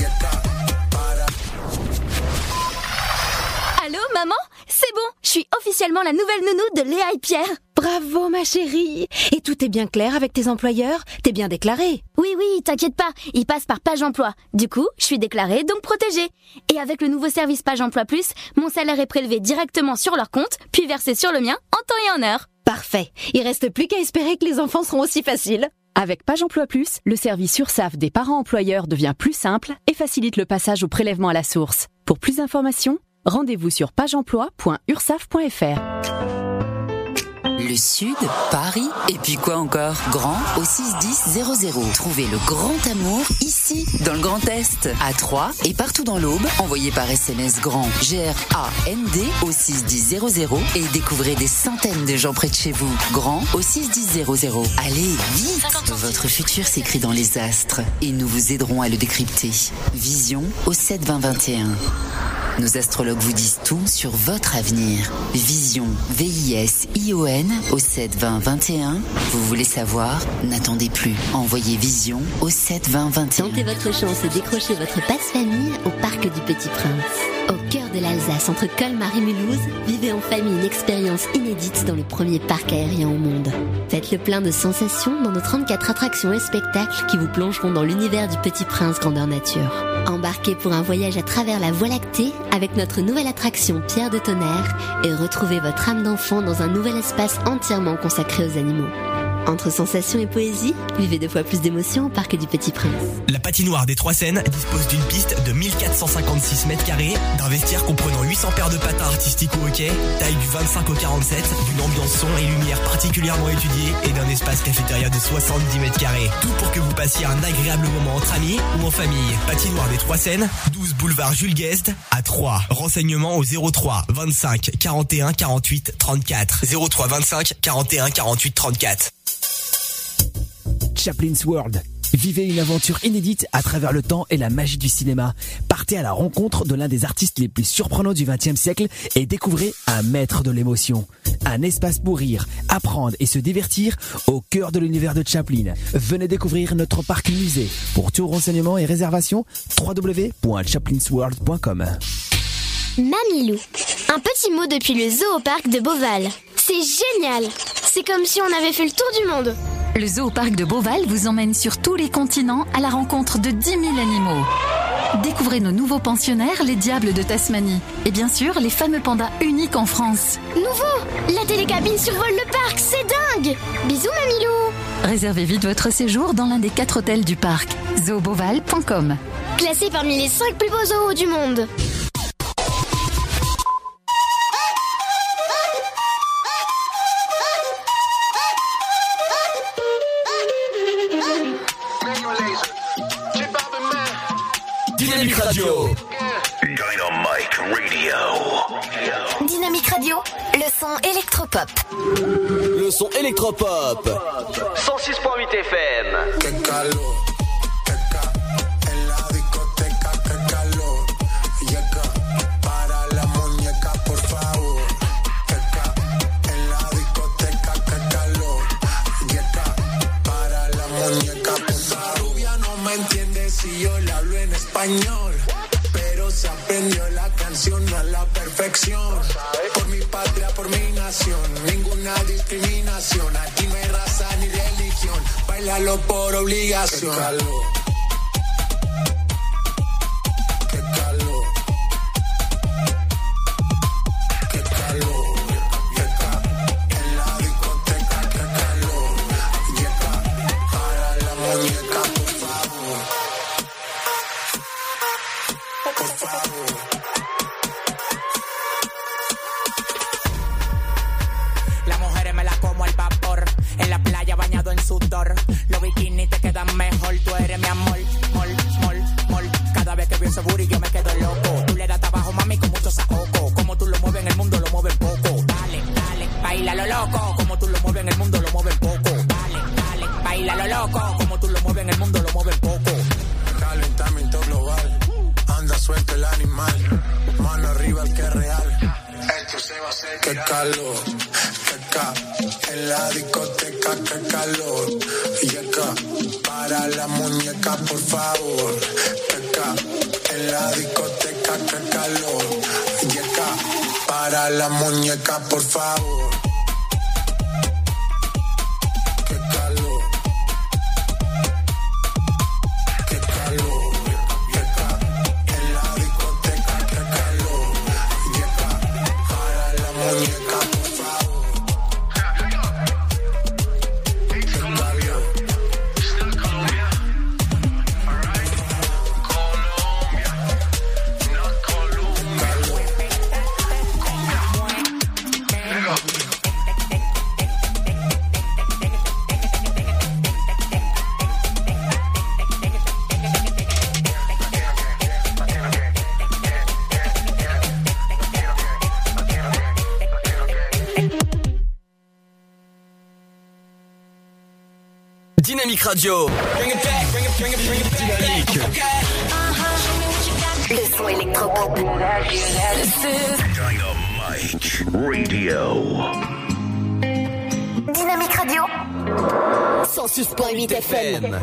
Allô, maman? C'est bon, je suis officiellement la nouvelle nounou de Léa et Pierre. Bravo ma chérie. Et tout est bien clair avec tes employeurs? T'es bien déclarée? Oui, t'inquiète pas, ils passent par Page Emploi. Du coup, je suis déclarée, donc protégée. Et avec le nouveau service Page Emploi Plus, mon salaire est prélevé directement sur leur compte, puis versé sur le mien en temps et en heure. Parfait. Il reste plus qu'à espérer que les enfants seront aussi faciles. Avec Page Emploi Plus, le service URSSAF des parents employeurs devient plus simple et facilite le passage au prélèvement à la source. Pour plus d'informations, rendez-vous sur pageemploi.ursaf.fr. Le Sud, Paris, et puis quoi encore? Grand au 61000. Trouvez le grand amour ici, dans le Grand Est, à Troyes et partout dans l'Aube. Envoyez par SMS GRAND, G-R-A-N-D au 61000 et découvrez des centaines de gens près de chez vous. Grand au 61000. Allez, vite! Votre futur s'écrit dans les astres et nous vous aiderons à le décrypter. Vision au 72021. Nos astrologues vous disent tout sur votre avenir. Vision, V-I-S-I-O-N au 72021. Vous voulez savoir? N'attendez plus. Envoyez Vision au 72021. Tentez votre chance et décrochez votre passe-famille au Parc du Petit Prince. Au cœur de l'Alsace, entre Colmar et Mulhouse, vivez en famille une expérience inédite dans le premier parc aérien au monde. Faites le plein de sensations dans nos 34 attractions et spectacles qui vous plongeront dans l'univers du Petit Prince grandeur nature. Embarquez pour un voyage à travers la Voie lactée avec notre nouvelle attraction Pierre de Tonnerre et retrouvez votre âme d'enfant dans un nouvel espace entièrement consacré aux animaux. Entre sensations et poésie, vivez 2 fois plus d'émotions au Parc du Petit Prince. La patinoire des Trois Seines dispose d'une piste de 1456 mètres carrés, d'un vestiaire comprenant 800 paires de patins artistiques ou hockey, taille du 25 au 47, d'une ambiance son et lumière particulièrement étudiée et d'un espace cafétéria de 70 mètres carrés. Tout pour que vous passiez un agréable moment entre amis ou en famille. Patinoire des Trois Seines, 12 boulevard Jules Guest à Troyes. Renseignements au 03 25 41 48 34. 03 25 41 48 34. Chaplin's World. Vivez une aventure inédite à travers le temps et la magie du cinéma. Partez à la rencontre de l'un des artistes les plus surprenants du XXe siècle et découvrez un maître de l'émotion. Un espace pour rire, apprendre et se divertir au cœur de l'univers de Chaplin. Venez découvrir notre parc musée. Pour tout renseignement et réservation, www.chaplinsworld.com. Mamilou. Un petit mot depuis le zoo au parc de Beauval. C'est génial. C'est comme si on avait fait le tour du monde. Le zoo au parc de Beauval vous emmène sur tous les continents à la rencontre de 10 000 animaux. Découvrez nos nouveaux pensionnaires, les diables de Tasmanie. Et bien sûr, les fameux pandas uniques en France. Nouveau! La télécabine survole le parc, c'est dingue! Bisous Mamilou! Réservez vite votre séjour dans l'un des 4 hôtels du parc. zooboval.com. Classé parmi les 5 plus beaux zoos du monde. Dynamique Radio. Dynamique Radio. Dynamique Radio, le son électropop. Le son électropop. 106.8 FM. Qué calor, en la discoteca, qué calor. Llega para la muñeca, por favor. En la discoteca, qué calor. Llega para la muñeca, por favor. Rubia no me entiende si yo le hablo en español, pero se aprendió la canción a la perfección. Por mi patria, por mi nación, ninguna discriminación. Aquí no hay raza ni religión, bailalo por obligación. Qué calor. Qué calor. Qué calor. Llega en la discoteca, qué calor. Llega para la muñeca, por favor. Por favor. Las mujeres me las como al vapor, en la playa bañado en sudor. Los bikinis te quedan mejor, tú eres mi amor, mol, mol, mol. Cada vez que veo ese booty yo me quedo loco. Tú le das trabajo, mami, con mucho saoco. Como tú lo mueves en el mundo, lo mueves poco. Dale, dale, baila lo loco. Como tú lo mueves en el mundo, lo mueves poco. Dale, dale, baila lo loco. Como tú lo mueves en el mundo, lo mueves poco. Calentamiento global, anda suelto el animal. Mano arriba el que es real. Esto se va a hacer. Qué calor, en la discoteca, qué calor. Llega para la muñeca, por favor. En la discoteca, qué calor. Llega para la muñeca, por favor. Qué calor. Qué calor. Llega en la discoteca, qué calor. Llega para la muñeca, por favor. Dynamique Radio. Dynamique. Le son électropop. Dynamique Radio. Dynamique Radio. 106.8 FM.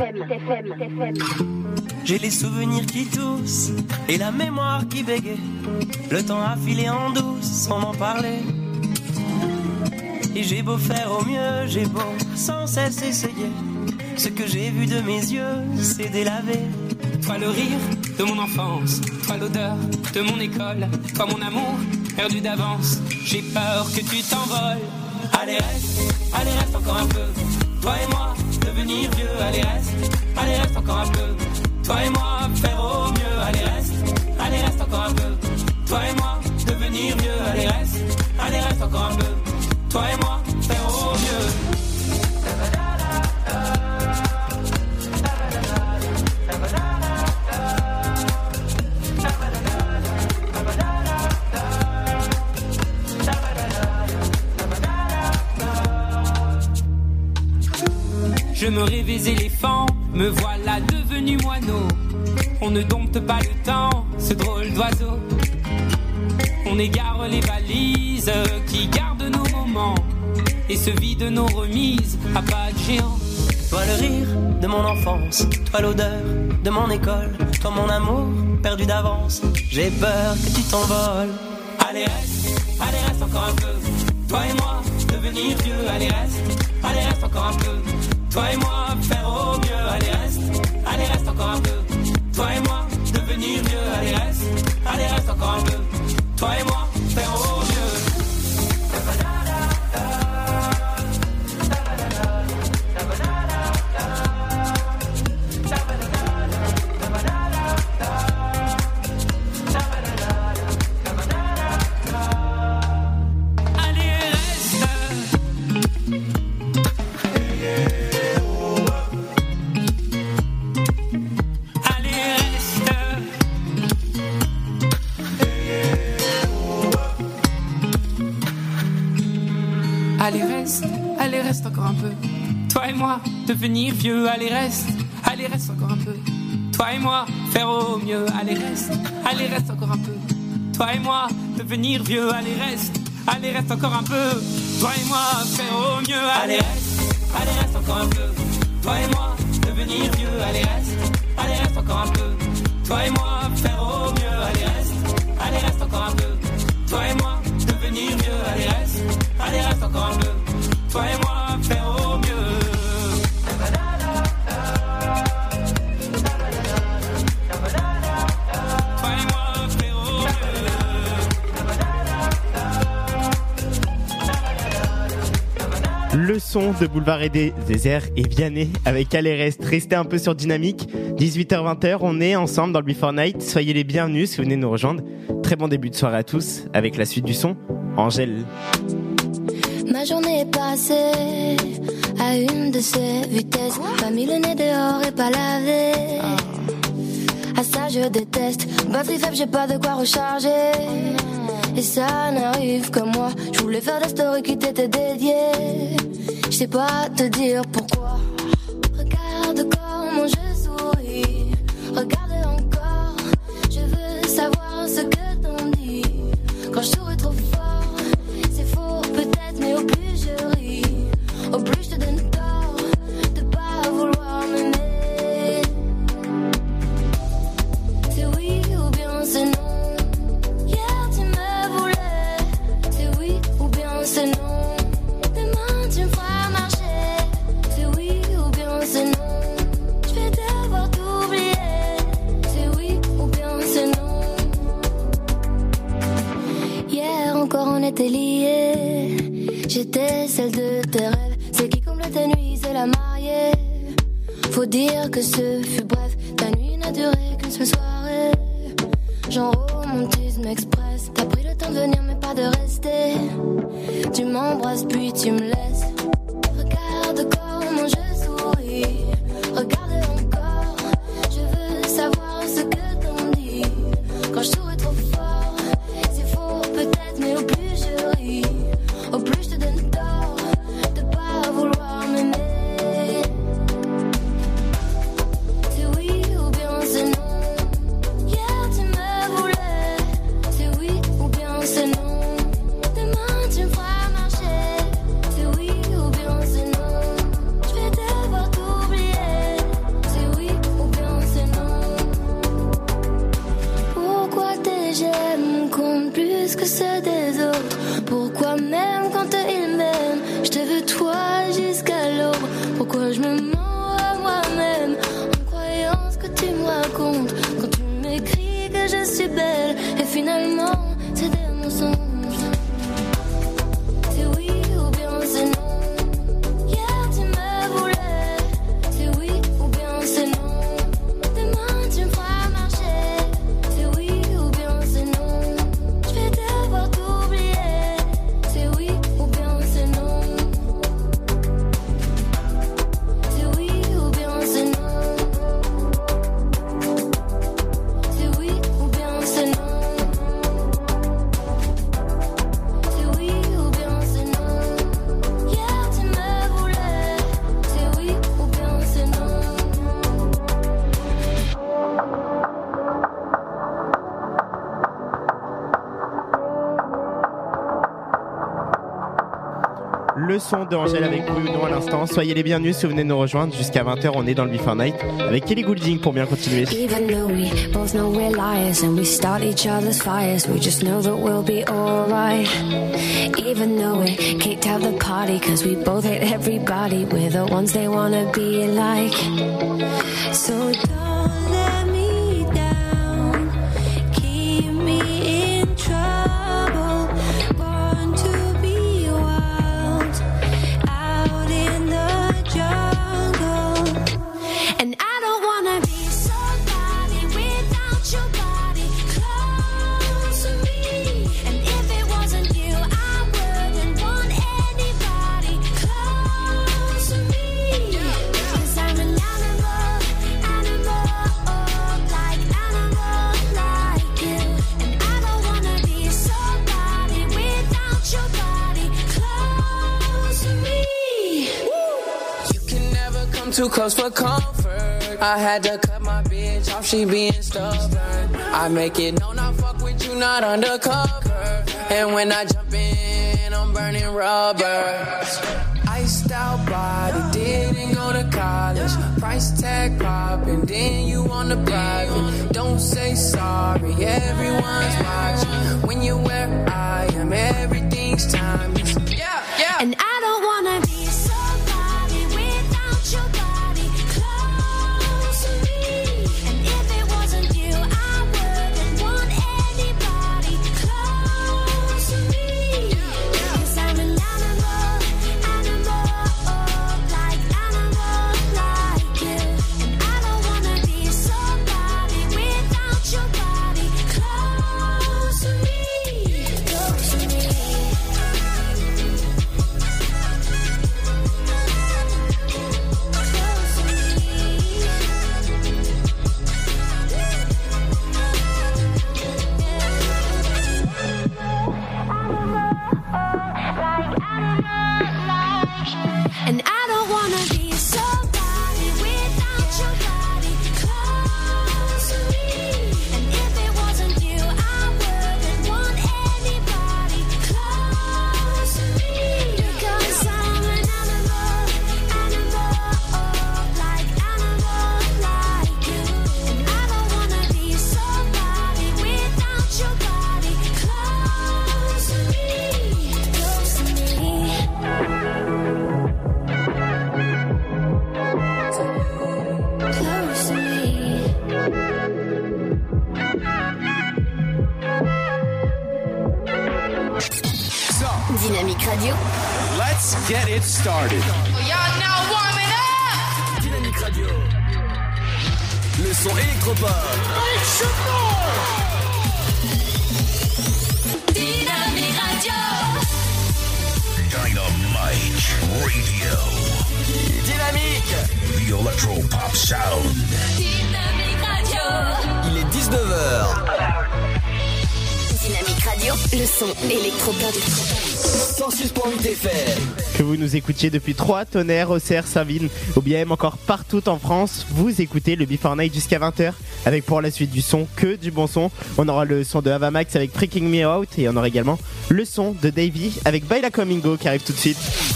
J'ai les souvenirs qui toussent et la mémoire qui bégaye. Le temps a filé en douce sans m'en parler. Et j'ai beau faire au mieux, j'ai beau sans cesse essayer. Ce que j'ai vu de mes yeux, c'est délavé. Toi le rire de mon enfance, toi l'odeur de mon école, toi mon amour perdu d'avance. J'ai peur que tu t'envoles. Allez reste encore un peu. Toi et moi, devenir vieux. Allez reste encore un peu. Toi et moi, faire au mieux. Allez reste encore un peu. Toi et moi, devenir vieux. Allez reste encore un peu. Toi et moi, faire au mieux. Je me rêvais éléphant, me voilà devenu moineau. On ne dompte pas le temps, ce drôle d'oiseau. On égare les balises qui gardent nos moments et se vident nos remises à pas de géant. Toi le rire de mon enfance, toi l'odeur de mon école, toi mon amour perdu d'avance. J'ai peur que tu t'envoles. Allez reste encore un peu. Toi et moi, devenir vieux. Allez reste encore un peu. Toi et moi, faire au mieux. Allez reste encore un peu. Toi et moi, devenir vieux. Allez reste encore un peu. Toi et moi, faire au mieux. Allez reste encore un peu. Toi et moi, devenir vieux. Allez reste encore un peu. Toi et moi, faire au mieux. Allez reste encore un peu. Toi et moi, devenir vieux. Allez reste encore un peu. Toi et moi, faire au mieux. Allez reste encore un peu. Toi et moi, devenir vieux. Allez reste encore un peu. Toi et moi, faire au mieux. Allez reste encore un peu. Toi et moi, devenir vieux. Allez reste encore un peu. Toi et moi, faire au mieux. Toi et moi, faire au mieux. Le son de Boulevard et Désert est Vianney avec Allez restez un peu sur Dynamique. 18h-20h, on est ensemble dans le Before Night. Soyez les bienvenus si vous venez nous rejoindre. Très bon début de soirée à tous avec la suite du son, Angèle. Ma journée est passée à une de ces vitesses. Pas mis le nez dehors et pas lavé. À ça je déteste. Batterie faible, j'ai pas de quoi recharger. Et ça n'arrive que moi. Je voulais faire des stories qui t'étaient dédiées. Je sais pas te dire pourquoi. Regarde comment je souris. Regarde encore. Je veux savoir ce que t'en dis. Quand je souris trop fort, c'est faux peut-être, mais au plus je ris, au plus je te donne tort de pas vouloir m'aimer. C'est oui ou bien c'est non. Hier tu me voulais. C'est oui ou bien c'est non. Demain tu me feras marcher. C'est oui ou bien c'est non. Je vais devoir t'oublier. C'est oui ou bien c'est non. Hier encore on était liés. J'étais celle de tes rêves. C'est qui comble tes nuits, c'est la mariée. Faut dire que ce fut bref. Ta nuit n'a duré qu'une seule soirée. Genre romantisme express. T'as pris le temps de venir mais pas de rester. Tu m'embrasses puis tu me laisses. Regarde comment je souris. Regarde encore. Je veux savoir ce que t'en dis. Quand je souris trop fort, c'est faux peut-être, mais au plus je ris, au plus je te donne tort de pas vouloir m'aimer. compte quand tu m'écris que je suis belle et finalement c'est des mensonges. C'est oui ou bien c'est non. Hier tu me voulais. C'est oui ou bien c'est non. Demain tu me feras marcher. C'est oui ou bien c'est non. Je vais devoir t'oublier. C'est oui ou bien c'est non. C'est oui ou bien c'est non. C'est oui ou bien c'est non. C'est oui ou bien c'est non. Hier tu me voulais. C'est oui ou bien c'est non. Le son de Angèle avec Bruno à l'instant. Soyez les bienvenus si vous venez de nous rejoindre. Jusqu'à 20h, on est dans le Before Night avec Kelly Goulding pour bien continuer. Even though we both know we're liars and we start each other's fires, we just know that we'll be alright. Even though we kicked out the party cause we both hate everybody, we're the ones they wanna be like. So don't let me down, keep me in trouble, born to be wild, out in the jungle. And I don't wanna be somebody without your body close to me. And if it wasn't you, I wouldn't want anybody close to me. Cause I'm an animal, like you. And I don't wanna be somebody without your body close to me. You can never come too close for comfort. I had to cut my bitch off, she being stubborn. I make it known I fuck with you, not undercover. And when I jump in, I'm burning rubber. Iced out body, didn't go to college. Price tag popping, then you on the private. Don't say sorry, everyone's watching. When you're where I am, everything's timeless. Yeah, yeah. And I don't wanna be somebody without your body close to me. And if it wasn't you, I wouldn't want anybody close to me. Cause I'm an animal, like you. And I don't wanna be somebody without your body close to me. Close to me. And I don't wanna be somebody without your body close to me. And if it wasn't you, I wouldn't want anybody close to me. Because I'm an animal, like you. And I don't wanna be somebody without your body close to me. Close to me. Close to me. Dynamique Radio. Let's get it started. Y'all now warming up. Dynamique Radio. Le son électropop. Dynamique Radio. Dynamite Radio. Dynamique. The Electropop Sound. Dynamique Radio. Il est 19h. Dynamique Radio. Le son électropop. 106.8 FM. Que vous nous écoutiez depuis Trois-Tonnerres, Auxerre, Saint-Vine ou bien même encore partout en France, vous écoutez le Before Night jusqu'à 20h avec pour la suite du son, que du bon son. On aura le son de Avamax avec Freaking Me Out et on aura également le son de Davey avec Baila Comingo qui arrive tout de suite.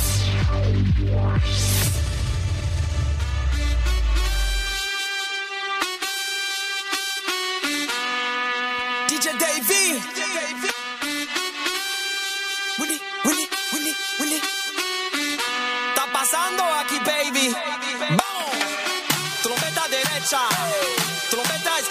DJ Davey. Willy. Está pasando aquí, baby. Vamos. Trompeta derecha. Trompeta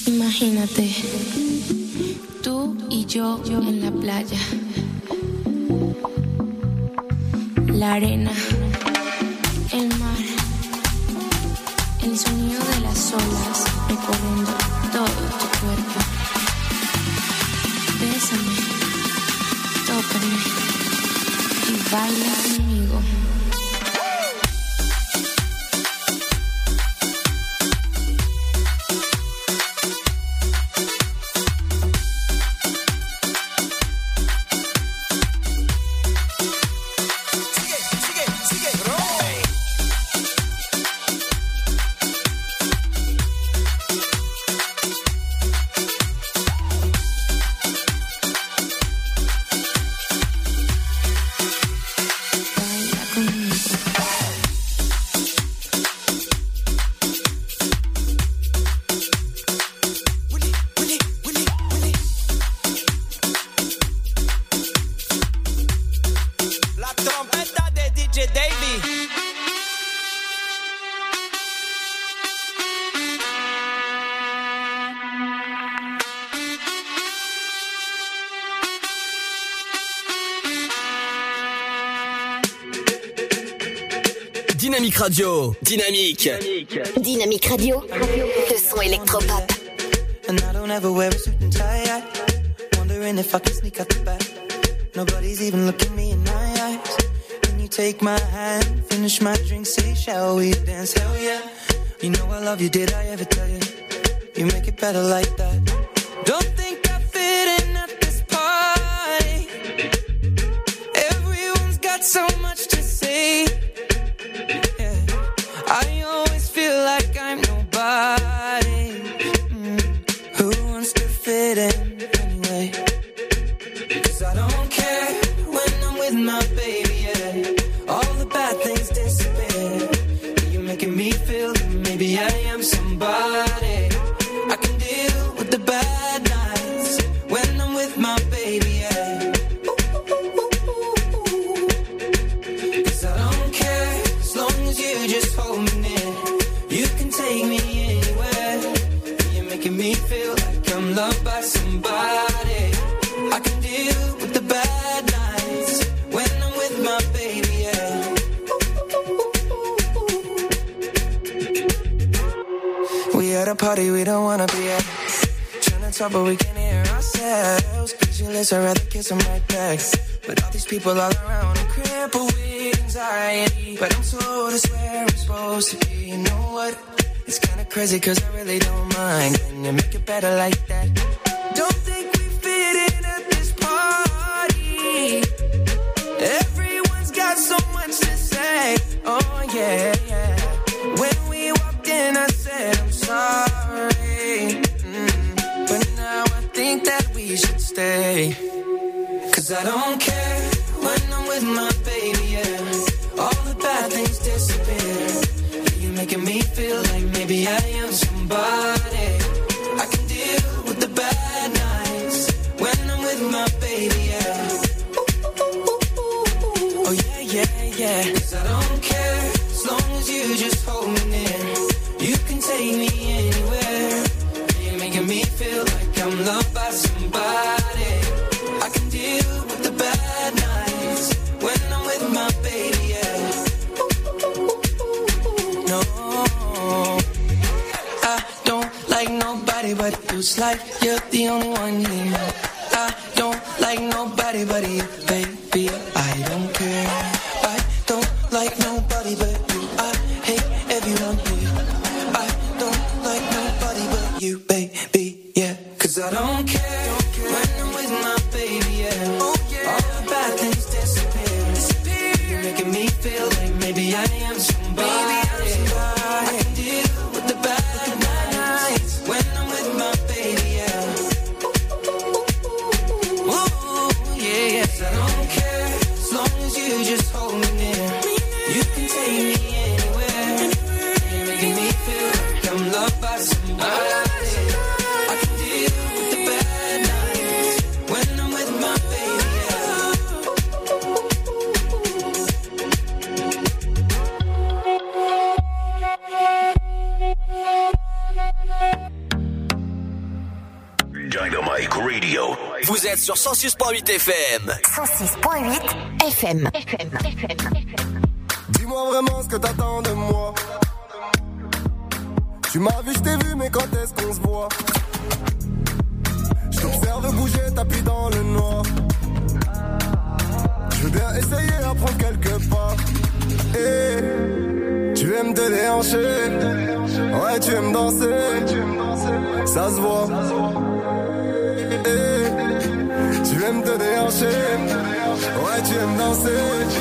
Imagínate, tú y yo en la playa, la arena, el mar, el sonido de las olas recorriendo todo tu cuerpo. Bésame, tócame y baila conmigo. Dynamique Radio. Dynamique. Dynamique Radio. Le son électropop. And I don't ever wear a suit and tie. Wondering if I can sneak out the back. Nobody's even looking me in my eyes. Can you take my hand, finish my drink, say, shall we dance? Hell yeah. You know I love you, did I ever tell you? You make it better like that. Don't think I fit in at this party. Everyone's got so much to say. I always feel like I'm nobody. Who wants to fit in anyway? 'Cause I don't care when I'm with my baby, yeah. All the bad things disappear. You're making me feel that maybe I am somebody. I can deal with the bad nights when I'm with my baby, yeah. 'Cause I don't care as long as you just hold me near. You can take me anywhere. You're making me feel like I'm loved by somebody. I can deal with the bad nights when I'm with my baby, yeah. We at a party we don't wanna be at. Trying to talk but we can't hear ourselves. Pictureless, I'd rather kiss them right back. But all these people all around, I'm crippled with anxiety. But I'm told it's where I'm supposed to be. You know what? It's kinda crazy 'cause I really don't mind. Can you make it better like that? Don't think we fit in at this party. Everyone's got so much to say. Oh yeah, yeah. When we walked in I said I'm sorry. But now I think that we should stay. 'Cause I don't care when I'm with my baby, yeah. All the bad things disappear. You're making me feel like maybe I am somebody. I can deal with the bad nights when I'm with my baby, yeah. Oh yeah, yeah, yeah. 'Cause I don't care as long as you just hold me near. You can take me anywhere. You're making me feel like I'm loved by somebody. I can deal with the bad nights when I'm with my baby, yeah. No, I don't like nobody but you. It's like you're the only one here. I don't like nobody but you, baby. I don't care. I don't like nobody but you. I hate everyone here. I don't like nobody but you, baby, yeah. 'Cause I don't care when I'm with my baby, yeah. All the bad things disappear. You're making me feel like maybe I am somebody. I can deal with the bad nights when I'm with my baby, yeah. Ooh, yeah, yes, I don't care as long as you just hold me near. You can take me anywhere. You're making me feel like I'm loved by somebody. I can deal with the bad nights when I'm with my baby, yeah. Dynamite Radio. Vous êtes sur 106.8 FM. 106.8 FM. Dis-moi vraiment ce que t'attends de moi. Tu m'as vu, je t'ai vu, mais quand est-ce qu'on se voit? Je t'observe bouger, tapis dans le noir. Je veux bien essayer d'apprendre quelques pas. Et tu aimes te déhancher. Ouais, tu aimes danser. Ça se voit. Et tu aimes te déhancher. Ouais, tu aimes danser.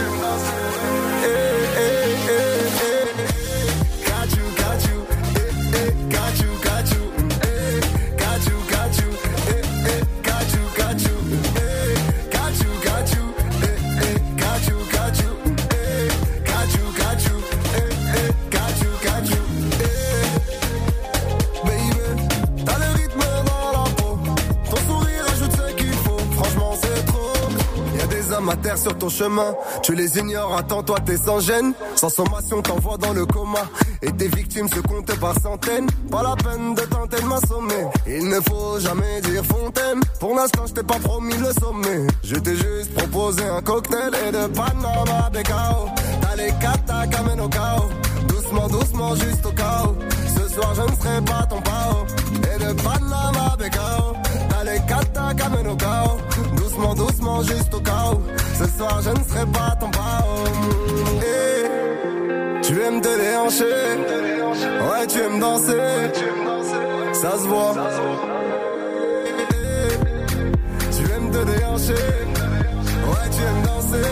Ma terre sur ton chemin, tu les ignores, attends toi t'es sans gêne. Sans sommation t'envoies dans le coma. Et tes victimes se comptent par centaines. Pas la peine de tenter de m'assommer. Il ne faut jamais dire fontaine. Pour l'instant je t'ai pas promis le sommet. Je t'ai juste proposé un cocktail et de Panama Becao. T'as les katas qu'amènent au chaos. Doucement, doucement, juste au chaos. Ce soir je ne serai pas ton pao. Et de Panama Becao. T'as les katas qu'amènent au chaos. Doucement, doucement, juste au chaos. Ce soir je ne serai pas ton pao. Et tu aimes te déhancher. Ouais, tu aimes danser. Ça se voit. Et tu aimes te déhancher. Ouais, tu aimes danser.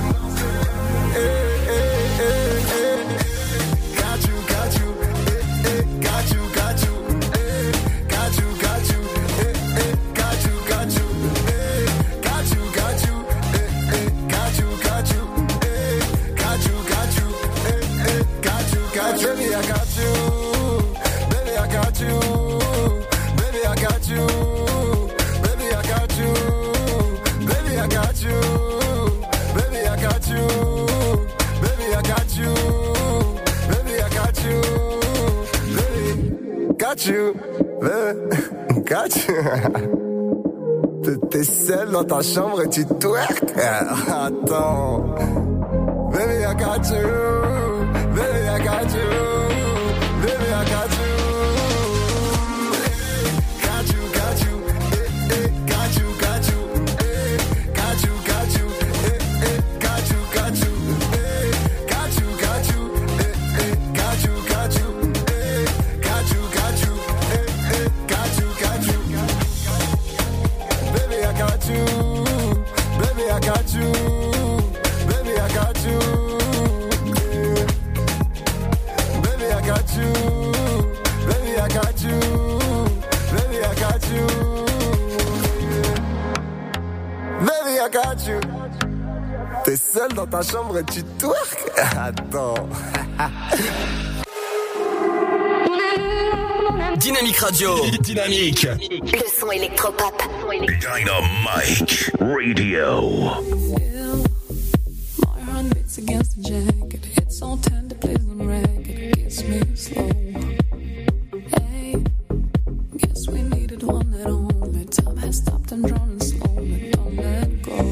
T'es seul dans ta chambre et tu twerk. Attends. Baby, I got you. Baby, I got you. Baby, I got you. Got you, got you. Got you, got you. Got you, got you. Got you, got you. Got you, got you. Got you, got you. Got you, got you. Got you, got you. Baby, I got you. Baby, I got you. Baby, I got you. Baby, I got you. Baby, I got you. Baby, I got you. Baby, I got you. T'es seul dans ta chambre et tu twerk. Attends. Dynamique Radio. Dynamique. Le son électropop. Dynamite Radio. My heart beats against the jacket. It's all tender, please don't wreck it. Kiss me slow. Hey, guess we needed one that only. Time has stopped and drawn slowly. Don't let go.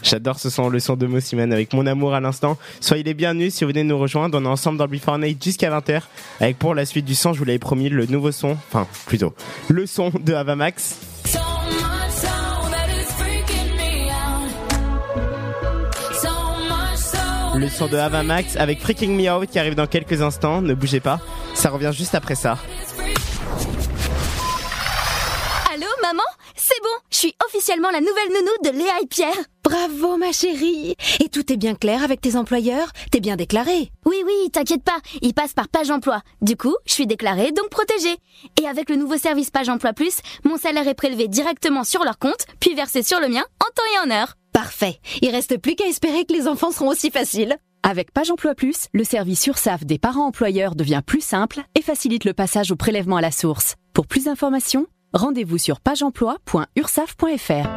J'adore ce son, le son de Mossiman avec Mon Amour à l'instant. Soyez les bienvenus si vous venez nous rejoindre. On est ensemble dans le Before Night jusqu'à 20h. Avec pour la suite du son, je vous l'avais promis, le nouveau son, enfin plutôt le son de Avamax. Le son de Avamax avec Freaking Me Out qui arrive dans quelques instants. Ne bougez pas, ça revient juste après ça. Allô, maman? C'est bon, je suis officiellement la nouvelle nounou de Léa et Pierre. Bravo ma chérie. Et tout est bien clair avec tes employeurs? T'es bien déclarée? Oui, t'inquiète pas, ils passent par Page Emploi. Du coup, je suis déclarée, donc protégée. Et avec le nouveau service Page Emploi Plus, mon salaire est prélevé directement sur leur compte, puis versé sur le mien en temps et en heure. Parfait. Il reste plus qu'à espérer que les enfants seront aussi faciles. Avec Page Emploi Plus, le service URSSAF des parents employeurs devient plus simple et facilite le passage au prélèvement à la source. Pour plus d'informations, rendez-vous sur pageemploi.ursaf.fr.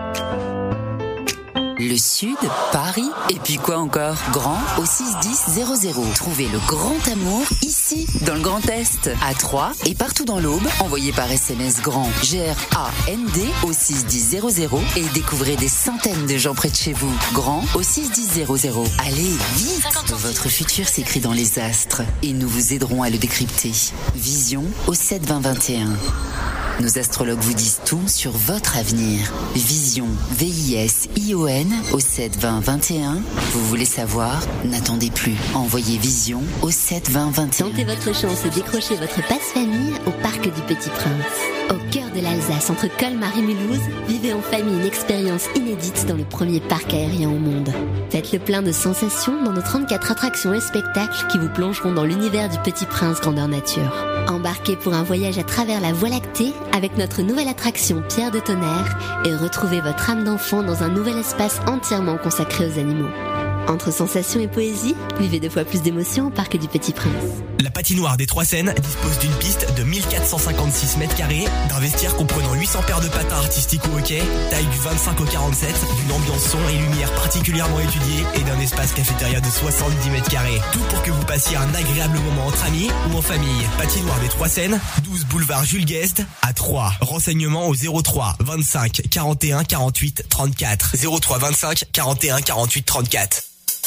Le Sud, Paris, et puis quoi encore? Grand au 61000. Trouvez le grand amour ici, dans le Grand Est, à Troyes et partout dans l'Aube. Envoyez par SMS GRAND, G-R-A-N-D au 61000 et découvrez des centaines de gens près de chez vous. Grand au 61000. Allez, vite! Votre futur s'écrit dans les astres et nous vous aiderons à le décrypter. Vision au 72021. Nos astrologues vous disent tout sur votre avenir. Vision, V-I-S-I-O-N au 72021. Vous voulez savoir? N'attendez plus. Envoyez Vision au 72021. Tentez votre chance et décrochez votre passe-famille au Parc du Petit Prince. Au cœur de l'Alsace, entre Colmar et Mulhouse, vivez en famille une expérience inédite dans le premier parc aérien au monde. Faites le plein de sensations dans nos 34 attractions et spectacles qui vous plongeront dans l'univers du Petit Prince grandeur nature. Embarquez pour un voyage à travers la Voie lactée avec notre nouvelle attraction Pierre de Tonnerre et retrouvez votre âme d'enfant dans un nouvel espace entièrement consacré aux animaux. Entre sensations et poésie, vivez 2 fois plus d'émotions au Parc du Petit Prince. La patinoire des Trois Seines dispose d'une piste de 1456 mètres carrés, d'un vestiaire comprenant 800 paires de patins artistiques ou hockey, taille du 25 au 47, d'une ambiance son et lumière particulièrement étudiée et d'un espace cafétéria de 70 mètres carrés. Tout pour que vous passiez un agréable moment entre amis ou en famille. Patinoire des Trois Seines, 12 boulevard Jules Guest à Troyes. Renseignements au 03 25 41 48 34. 03 25 41 48 34.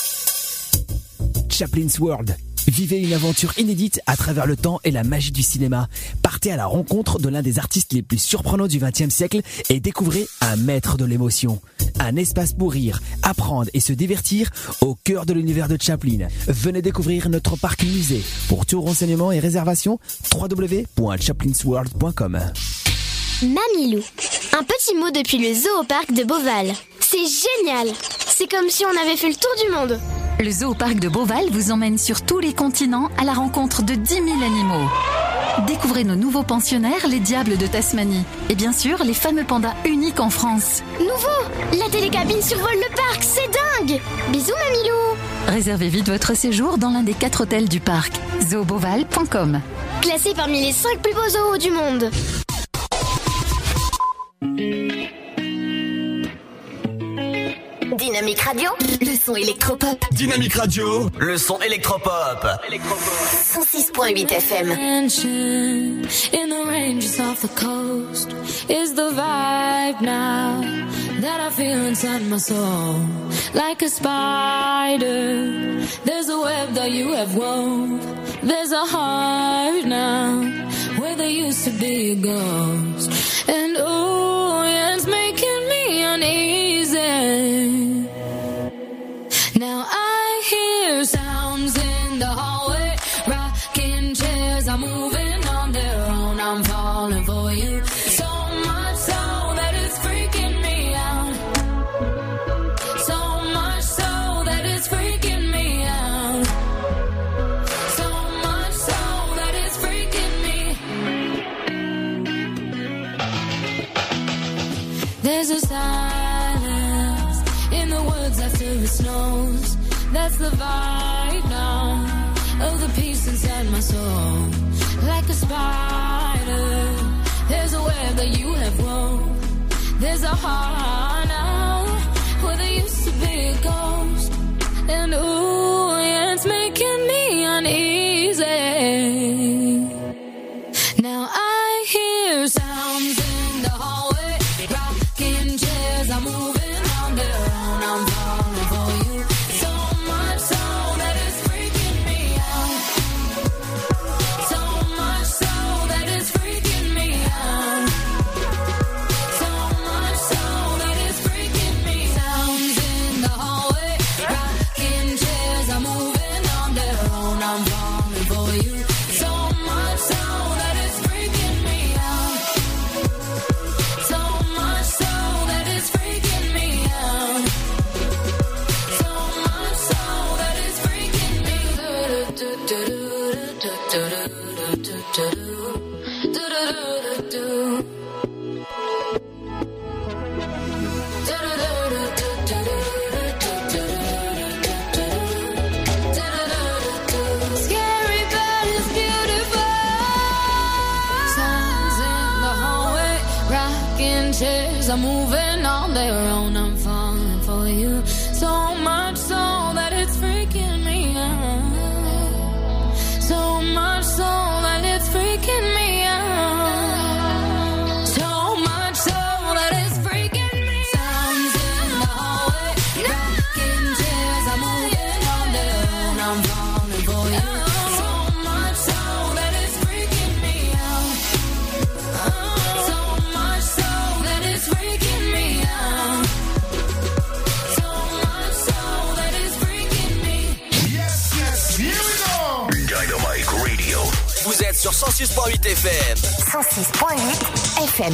Chaplin's World. Vivez une aventure inédite à travers le temps et la magie du cinéma. Partez à la rencontre de l'un des artistes les plus surprenants du XXe siècle et découvrez un maître de l'émotion. Un espace pour rire, apprendre et se divertir au cœur de l'univers de Chaplin. Venez découvrir notre parc musée. Pour tout renseignement et réservation, www.chaplinsworld.com. Mamilou, un petit mot depuis le zoo au parc de Beauval. C'est génial! C'est comme si on avait fait le tour du monde. Le zoo au parc de Beauval vous emmène sur tous les continents à la rencontre de 10 000 animaux. Découvrez nos nouveaux pensionnaires, les diables de Tasmanie. Et bien sûr, les fameux pandas uniques en France. Nouveau! La télécabine survole le parc, c'est dingue! Bisous Mamilou! Réservez vite votre séjour dans l'un des 4 hôtels du parc. zooboval.com. Classé parmi les 5 plus beaux zoos du monde. Dynamique Radio, le son électropop. Dynamique Radio, le son électropop. 106.8 FM. In the ranges off the coast is the vibe now that I feel inside my soul. Like a spider, there's a web that you have wove. There's a heart now where there used to be a ghost. And oh, yeah, it's making me uneasy. Now I hear sounds in the hallway, rocking chairs are moving on their own. I'm falling for you, so much so that it's freaking me out. So much so that it's freaking me out. So much so that it's freaking me. There's a silence in the woods after it snows. That's the vibe now of the peace inside my soul. Like a spider, there's a web that you have wove. There's a heart now where there used to be a ghost. And ooh, yeah, it's making me uneasy. Now I hear sounds in the hallway, rocking chairs are moving on their own. I'm falling. are moving on their own. I'm falling for you so much so that it's freaking me out. So much so that it's freaking me out. So much so that it's freaking me out. Sounds in the hallway, rocking chairs are moving on their own. I'm falling for you. So much so that it's freaking me out. So much so that it's freaking me out. So much so that it's freaking me. Yes, here we go. Dynamite Radio. Vous êtes sur 106.8 FM. 106.8 FM.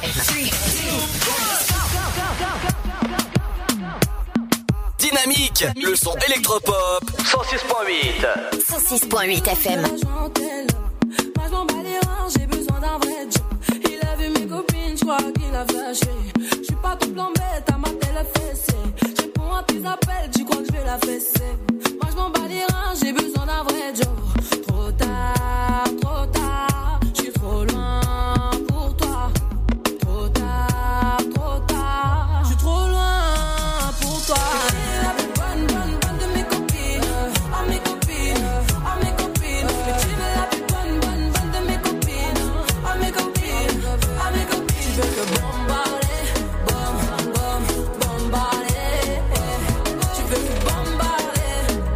Dynamique, le son électropop. 106.8. 106.8 FM. Moi je m'en bats les reins, j'ai besoin d'un vrai job. Il a vu mes copines, je crois qu'il a flashé. Je suis pas tout blanc bête, à ma télé fessée. Je réponds à tes appels, tu crois que je vais la fesser. Moi je m'en bats les reins, j'ai besoin d'un vrai job. Trop tard, je suis trop loin pour toi. Trop tard, je suis trop loin pour toi. La plus bonne de mes copines, à mes copines, à mes copines. Mais tu veux la plus bonne de mes copines, à mes copines, à mes copines. Je veux que bombarder, bombarder. Tu veux que bombarder,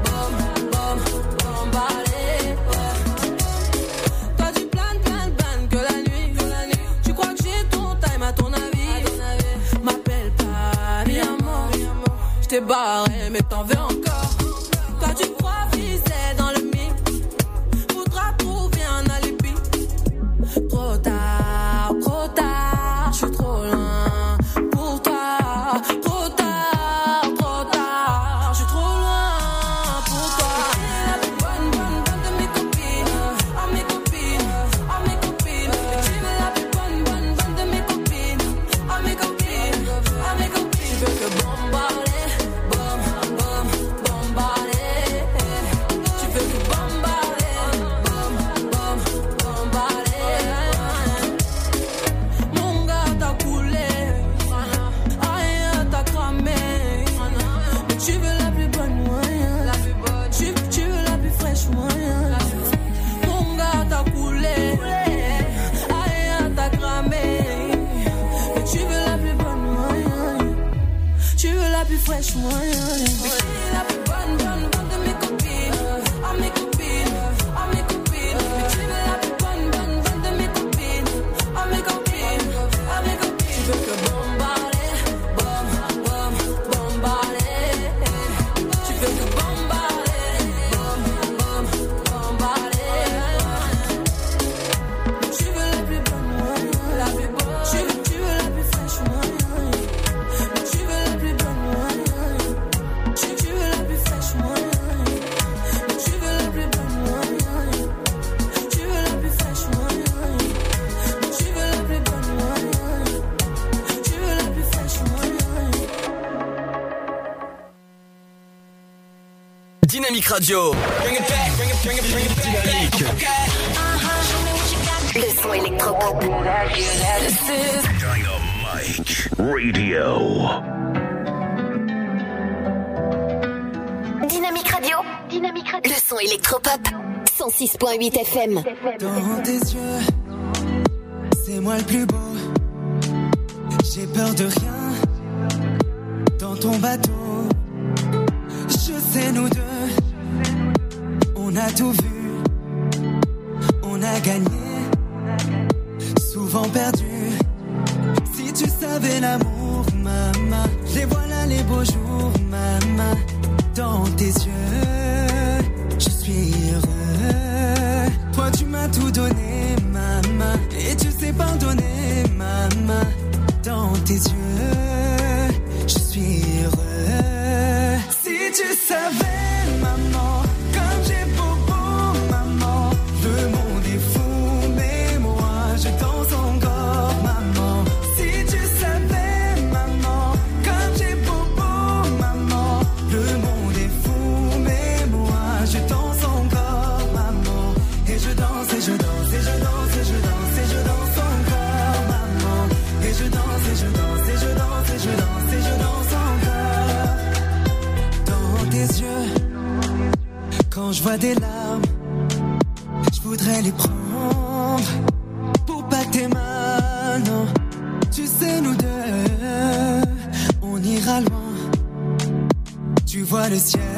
bombarder. Toi tu planes que la nuit. Tu crois que j'ai ton time à ton avis. M'appelle pas, mi amor. Je t'ai barré mais t'en veux encore. Toi tu crois viser dans le mille. Faudra trouver un alibi. Trop tard, je suis trop loin pour toi. Trop tard, je suis trop loin pour toi. La plus bonne de mes copines, à mes copines, à mes copines. Mais tu veux la plus bonne de mes copines, à mes copines, à mes copines. Je veux que bombarder, bombarder. Tu veux que bombarder, bombarder. Mon gars t'a coulé, aïe t'as cramé. Mais tu veux la plus bonne moyen, tu veux la plus fraîche moyen. Mon gars t'a coulé, aïe t'as cramé. Mais tu veux la plus bonne moyen, tu veux la plus fraîche moyen. La plus bonne de mes copines, à mes copines, à mes copines. Mais tu veux la plus bonne de mes copines, à mes copines, à mes copines. Je veux que bombarder, bombarder. Tu veux que bombarder, bombarder. Tu veux la plus bonne moyen, la plus bonne. Tu veux la plus fraîche moyen. Tu veux la plus bonne moyen. Tu veux la plus fraîche moyen. Tu veux la plus bonne moyen. Tu veux la plus fraîche moyen. Tu veux la plus bonne moyen. Tu veux la plus fraîche moyen. Dynamique Radio. Dynamique. Le son électropop. Dynamite Radio. Dynamique Radio. Le son électropop. 106.8 FM. Dans tes yeux, c'est moi le plus beau. J'ai peur de rien. Dans ton bateau, je sais nous deux, on a tout vu, on a gagné, souvent perdu. Si tu savais l'amour, maman, les voilà les beaux jours, maman. Dans tes yeux, je suis heureux. Toi tu m'as tout donné, maman, et tu sais pardonner, maman. Dans tes yeux, je suis heureux. Si tu savais, maman, comme j'ai beau vois des larmes, je voudrais les prendre pour pas tes mains, non. Tu sais, nous deux, on ira loin. Tu vois le ciel,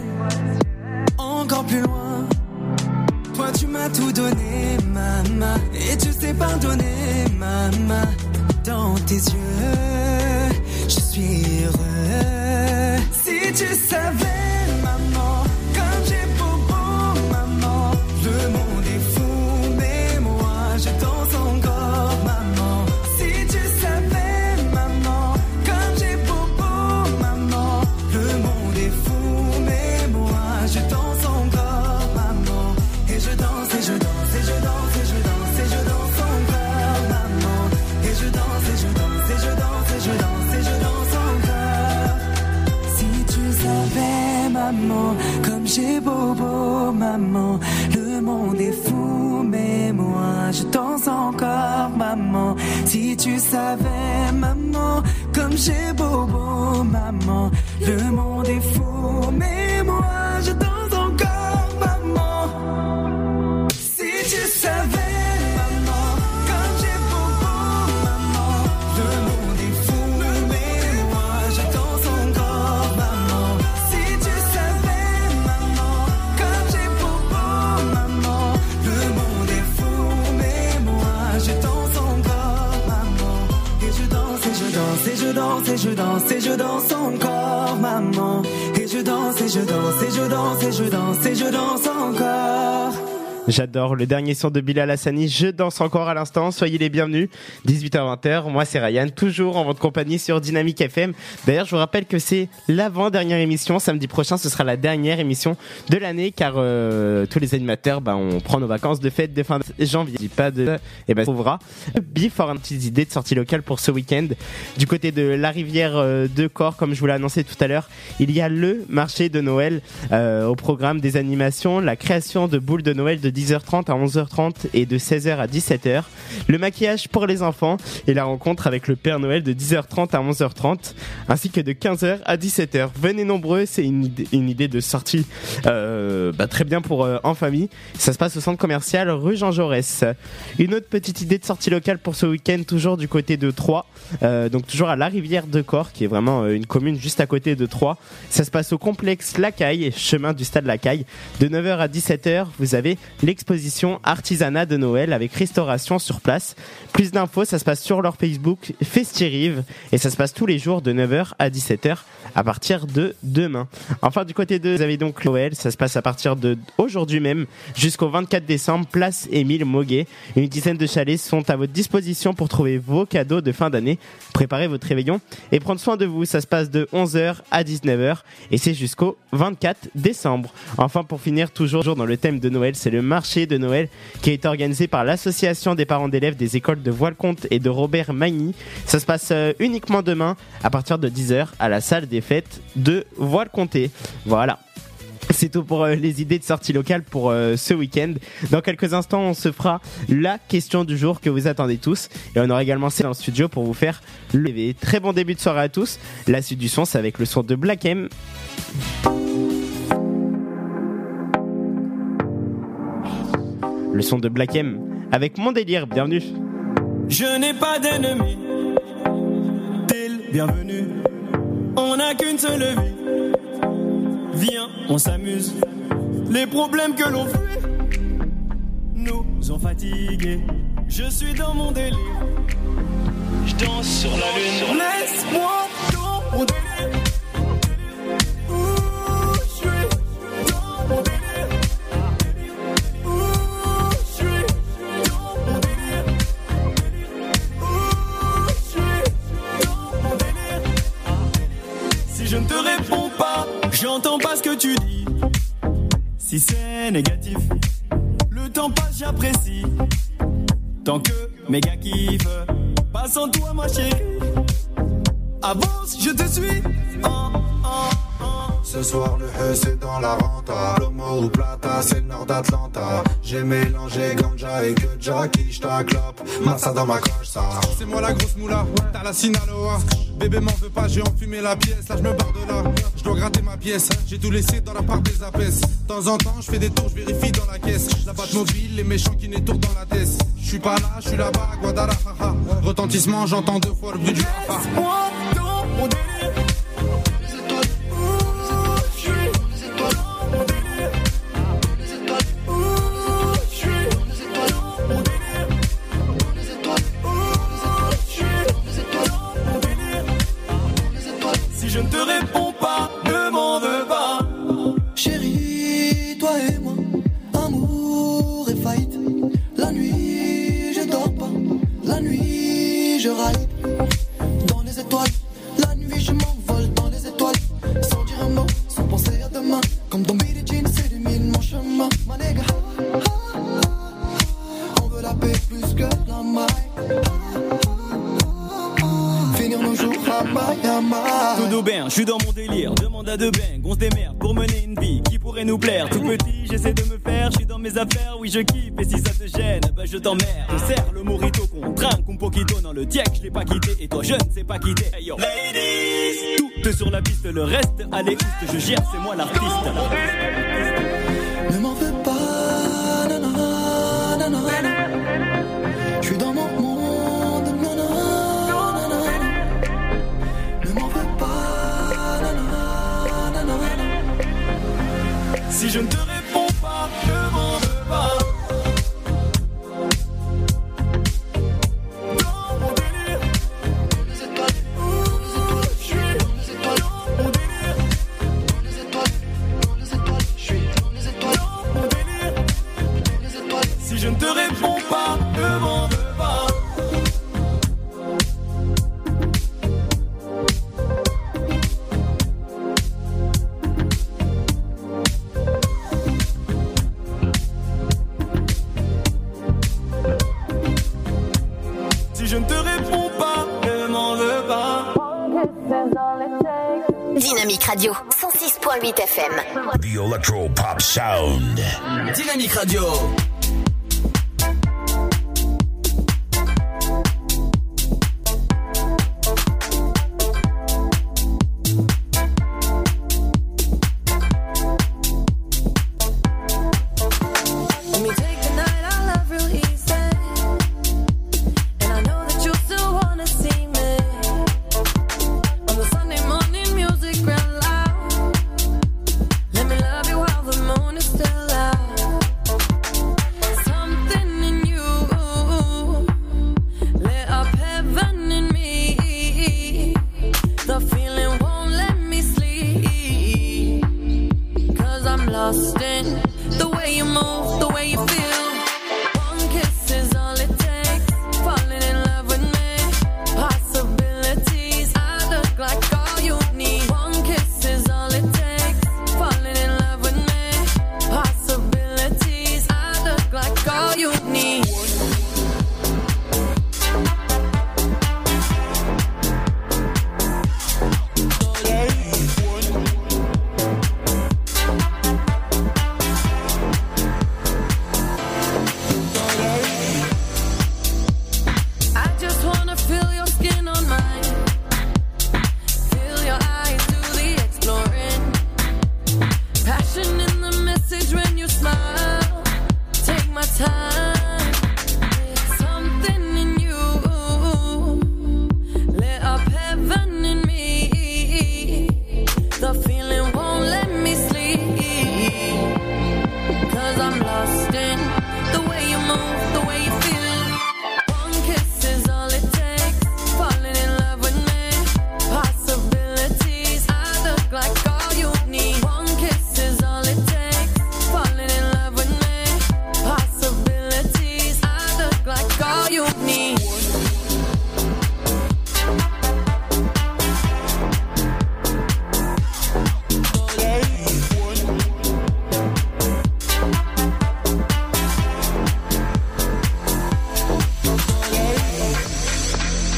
encore plus loin. Toi tu m'as tout donné, maman, et tu sais pardonner, maman. Dans tes yeux, je suis heureux. Si tu savais, maman, comme j'ai beau, maman. Le monde est fou, mais moi je danse encore, maman. Si tu savais, maman, comme j'ai beau, maman. Le monde est fou, mais moi je danse encore, maman. Et je danse, et je danse, et je danse, et je danse, et je danse encore, maman. Et je danse, et je danse, et je danse, et je danse, et je danse encore. Si tu savais, maman, comme j'ai beau, maman. Le monde est fou, mais moi je danse encore, maman. Si tu savais, maman, comme j'ai beau, maman. Le monde est fou, mais moi je danse encore, maman. Si tu savais, maman, comme j'ai beau, maman. Le monde est fou, mais moi je danse encore, maman. Si tu savais, maman, comme j'ai beau, maman. Le monde est fou, mais moi je danse encore, maman. Et je danse, et je danse, et je danse, et je danse, et je danse encore, maman. Et je danse, et je danse, et je danse, et je danse, et je danse encore. J'adore le dernier son de Bilal Hassani, je danse encore à l'instant, soyez les bienvenus, 18h-20h, moi c'est Ryan, toujours en votre compagnie sur Dynamique FM. D'ailleurs je vous rappelle que c'est l'avant-dernière émission, samedi prochain ce sera la dernière émission de l'année car tous les animateurs on prend nos vacances de fête de fin janvier, je dis pas de... et on trouvera before une petite idée de sortie locale pour ce week-end. Du côté de la rivière de Corps, comme je vous l'ai annoncé tout à l'heure, il y a le marché de Noël au programme des animations, la création de boules de Noël de 10h30 à 11h30 et de 16h à 17h. Le maquillage pour les enfants et la rencontre avec le Père Noël de 10h30 à 11h30 ainsi que de 15h à 17h. Venez nombreux, c'est une idée de sortie très bien pour en famille. Ça se passe au centre commercial rue Jean Jaurès. Une autre petite idée de sortie locale pour ce week-end, toujours du côté de Troyes, donc toujours à la rivière de Corps qui est vraiment une commune juste à côté de Troyes. Ça se passe au complexe Lacaille, chemin du stade Lacaille. De 9h à 17h, vous avez l'exposition Artisanat de Noël avec restauration sur place. Plus d'infos, ça se passe sur leur Facebook Festirive et ça se passe tous les jours de 9h à 17h à partir de demain. Enfin, du côté de vous avez donc Noël, ça se passe à partir de aujourd'hui même jusqu'au 24 décembre, place Émile Moguet. Une dizaine de chalets sont à votre disposition pour trouver vos cadeaux de fin d'année. Préparez votre réveillon et prendre soin de vous. Ça se passe de 11h à 19h et c'est jusqu'au 24 décembre. Enfin, pour finir, toujours dans le thème de Noël, c'est le marché de Noël qui a été organisé par l'association des parents d'élèves des écoles de Voiles-Comte et de Robert Magny. Ça se passe uniquement demain à partir de 10h à la salle des fêtes de Voiles-Comté. Voilà. C'est tout pour les idées de sortie locale pour ce week-end. Dans quelques instants, on se fera la question du jour que vous attendez tous. Et on aura également celle dans le studio pour vous faire le TV. Très bon début de soirée à tous. La suite du son, c'est avec le son de Black M. Le son de Black M avec Mon Délire. Bienvenue. Je n'ai pas d'ennemis. T'es le bienvenu. On n'a qu'une seule vie. Viens, on s'amuse. Les problèmes que l'on fuit nous ont fatigués. Je suis dans mon délire. Je danse sur la lune. Laisse-moi dans mon délire. Ouh, je suis dans mon délire. Ouh, je suis dans mon délire. Ouh, je suis dans mon délire. Si je ne te réponds pas, j'entends pas ce que tu dis. Si c'est négatif, le temps passe, j'apprécie. Tant que mes gars kiffent, pas sans toi ma chérie. Avance, je te suis. Ce soir le E c'est dans la renta. Lomo ou Plata c'est le nord d'Atlanta. J'ai mélangé ganja et que Jackie j't'acclope. Massa dans ma cloche ça. C'est moi la grosse moula, t'as la Sinaloa. Bébé m'en veut pas, j'ai enfumé la pièce. Là je me barre de là, je dois gratter ma pièce. J'ai tout laissé dans la part des apaises. De temps en temps je fais des tours, je vérifie dans la caisse. La batte mobile, les méchants qui n'étourdent dans la tête. Je suis pas là, je suis là-bas, Guadalajara. Retentissement, j'entends 2 fois le bruit du rafa. Si je ne te réponds pas, ne m'en veux pas. Chérie, toi et moi, amour et fight. La nuit, je dors pas. La nuit, je ride. Dans les étoiles, la nuit, je m'envole dans les étoiles. Sans dire un mot, sans penser à demain. Comme dans Billie Jean, c'est illumine mon chemin. Ma nigga, on veut la paix plus que la maille. Finir nos jours à Miami. Tout bien, je suis dans mon délire, demande à deux bangs, on se démerde pour mener une vie qui pourrait nous plaire. Tout petit, j'essaie de me faire, je suis dans mes affaires, oui je kiffe, et si ça te gêne, bah je t'emmerde. Je serre le morito qu'on trinque, un poquito dans le tiec, je l'ai pas quitté, et toi je ne sais pas quitter. Hey yo, ladies, tout sur la piste, le reste, allez oust, je gère, c'est moi l'artiste. Ne m'en fais pas, nanana, nanana. Je suis dans mon monde, nanana, nanana. Ne m'en fais pas, nanana, nanana. Si je ne te réponds pas, ne m'en veux pas. Dans mon délire, dans les étoiles, je suis dans les étoiles. Dans mon délire, dans les étoiles, je suis dans les étoiles. Dans mon délire, dans les étoiles. Si je ne te réponds pas, ne m'en veux pas. Je ne te réponds pas, ne m'en veux pas. Dynamique Radio, 106.8 FM. The Electro Pop Sound. Dynamique Radio.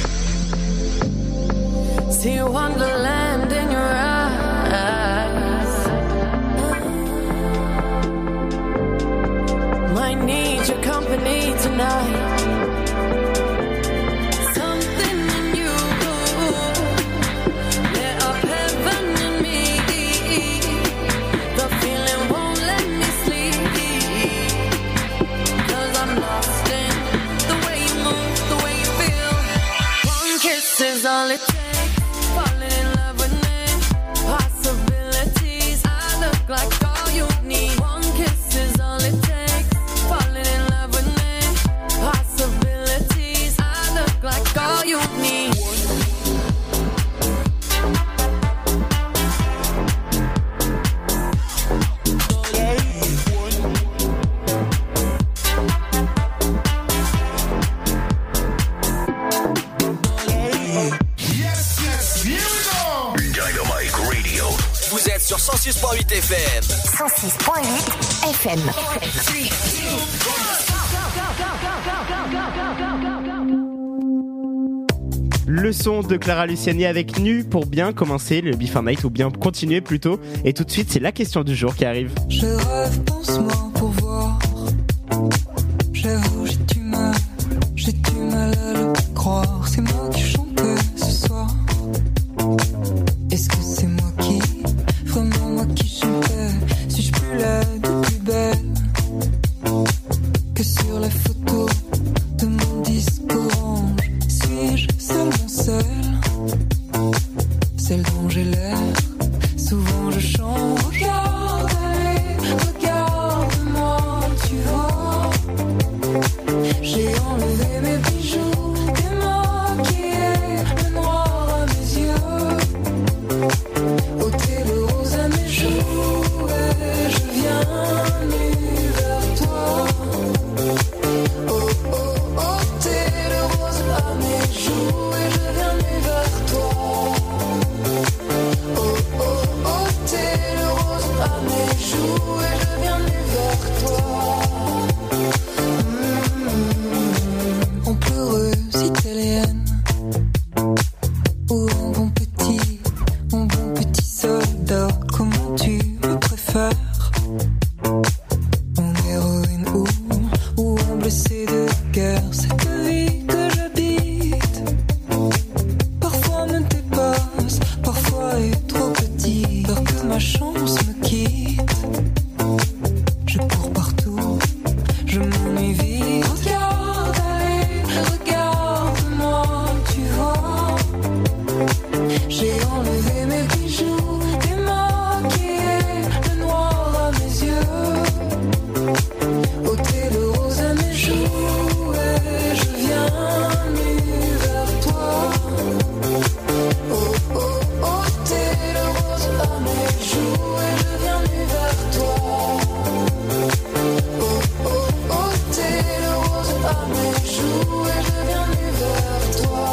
See wonderland in your eyes. your company tonight. Something in you lit up heaven in me. The feeling won't let me sleep, 'cause I'm lost in the way you move, the way you feel. One kiss is all it takes. Falling in love with me. Possibilities. I look like all you need. One kiss is all it takes. Falling in love with me. Possibilities. I look like all you need. Dynamite Radio. Vous êtes sur 106.8 FM. 106.8 FM. Le son de Clara Luciani avec Nu pour bien commencer le Before Night, ou bien continuer plutôt. Et tout de suite, c'est la question du jour qui arrive. Je rêve, pense-moi pour voir. J'avoue, j'ai du mal à le croire. C'est moi qui chantais ce soir. Est-ce que c'est moi qui, vraiment moi qui chantais? Suis-je plus laide ou plus belle que sur les photos de mon disque orange? Suis-je seulement celle dont j'ai l'air? Souvent je chante. Regarde-moi, tu vois. J'ai enlevé mes bijoux, démaquillé le noir à mes yeux, ôté le rose à mes joues, et je viens nu vers toi. Oh oh, ôté le rose à mes joues, et je viens nu vers toi. Oh oh, ôté le rose à mes joues, et je viens nu vers toi. En pleureuse italienne, ou en bon petit soldat, comment tu me préfères? En héroïne ou en blessé de guerre, cette vie que j'habite parfois me dépasse, parfois est trop petite, peur que ma chance me quitte. Je cours partout, je m'ennuie vite. Regarde-moi, tu vois. J'ai enlevé mes bijoux, démaquillé le noir à mes yeux, ôté le rose à mes joues, et je viens nu vers toi. Oh oh, ôté le rose à mes joues, et je viens nu vers toi. Oh oh, ôté le rose à mes joues, et je viens nu vers toi.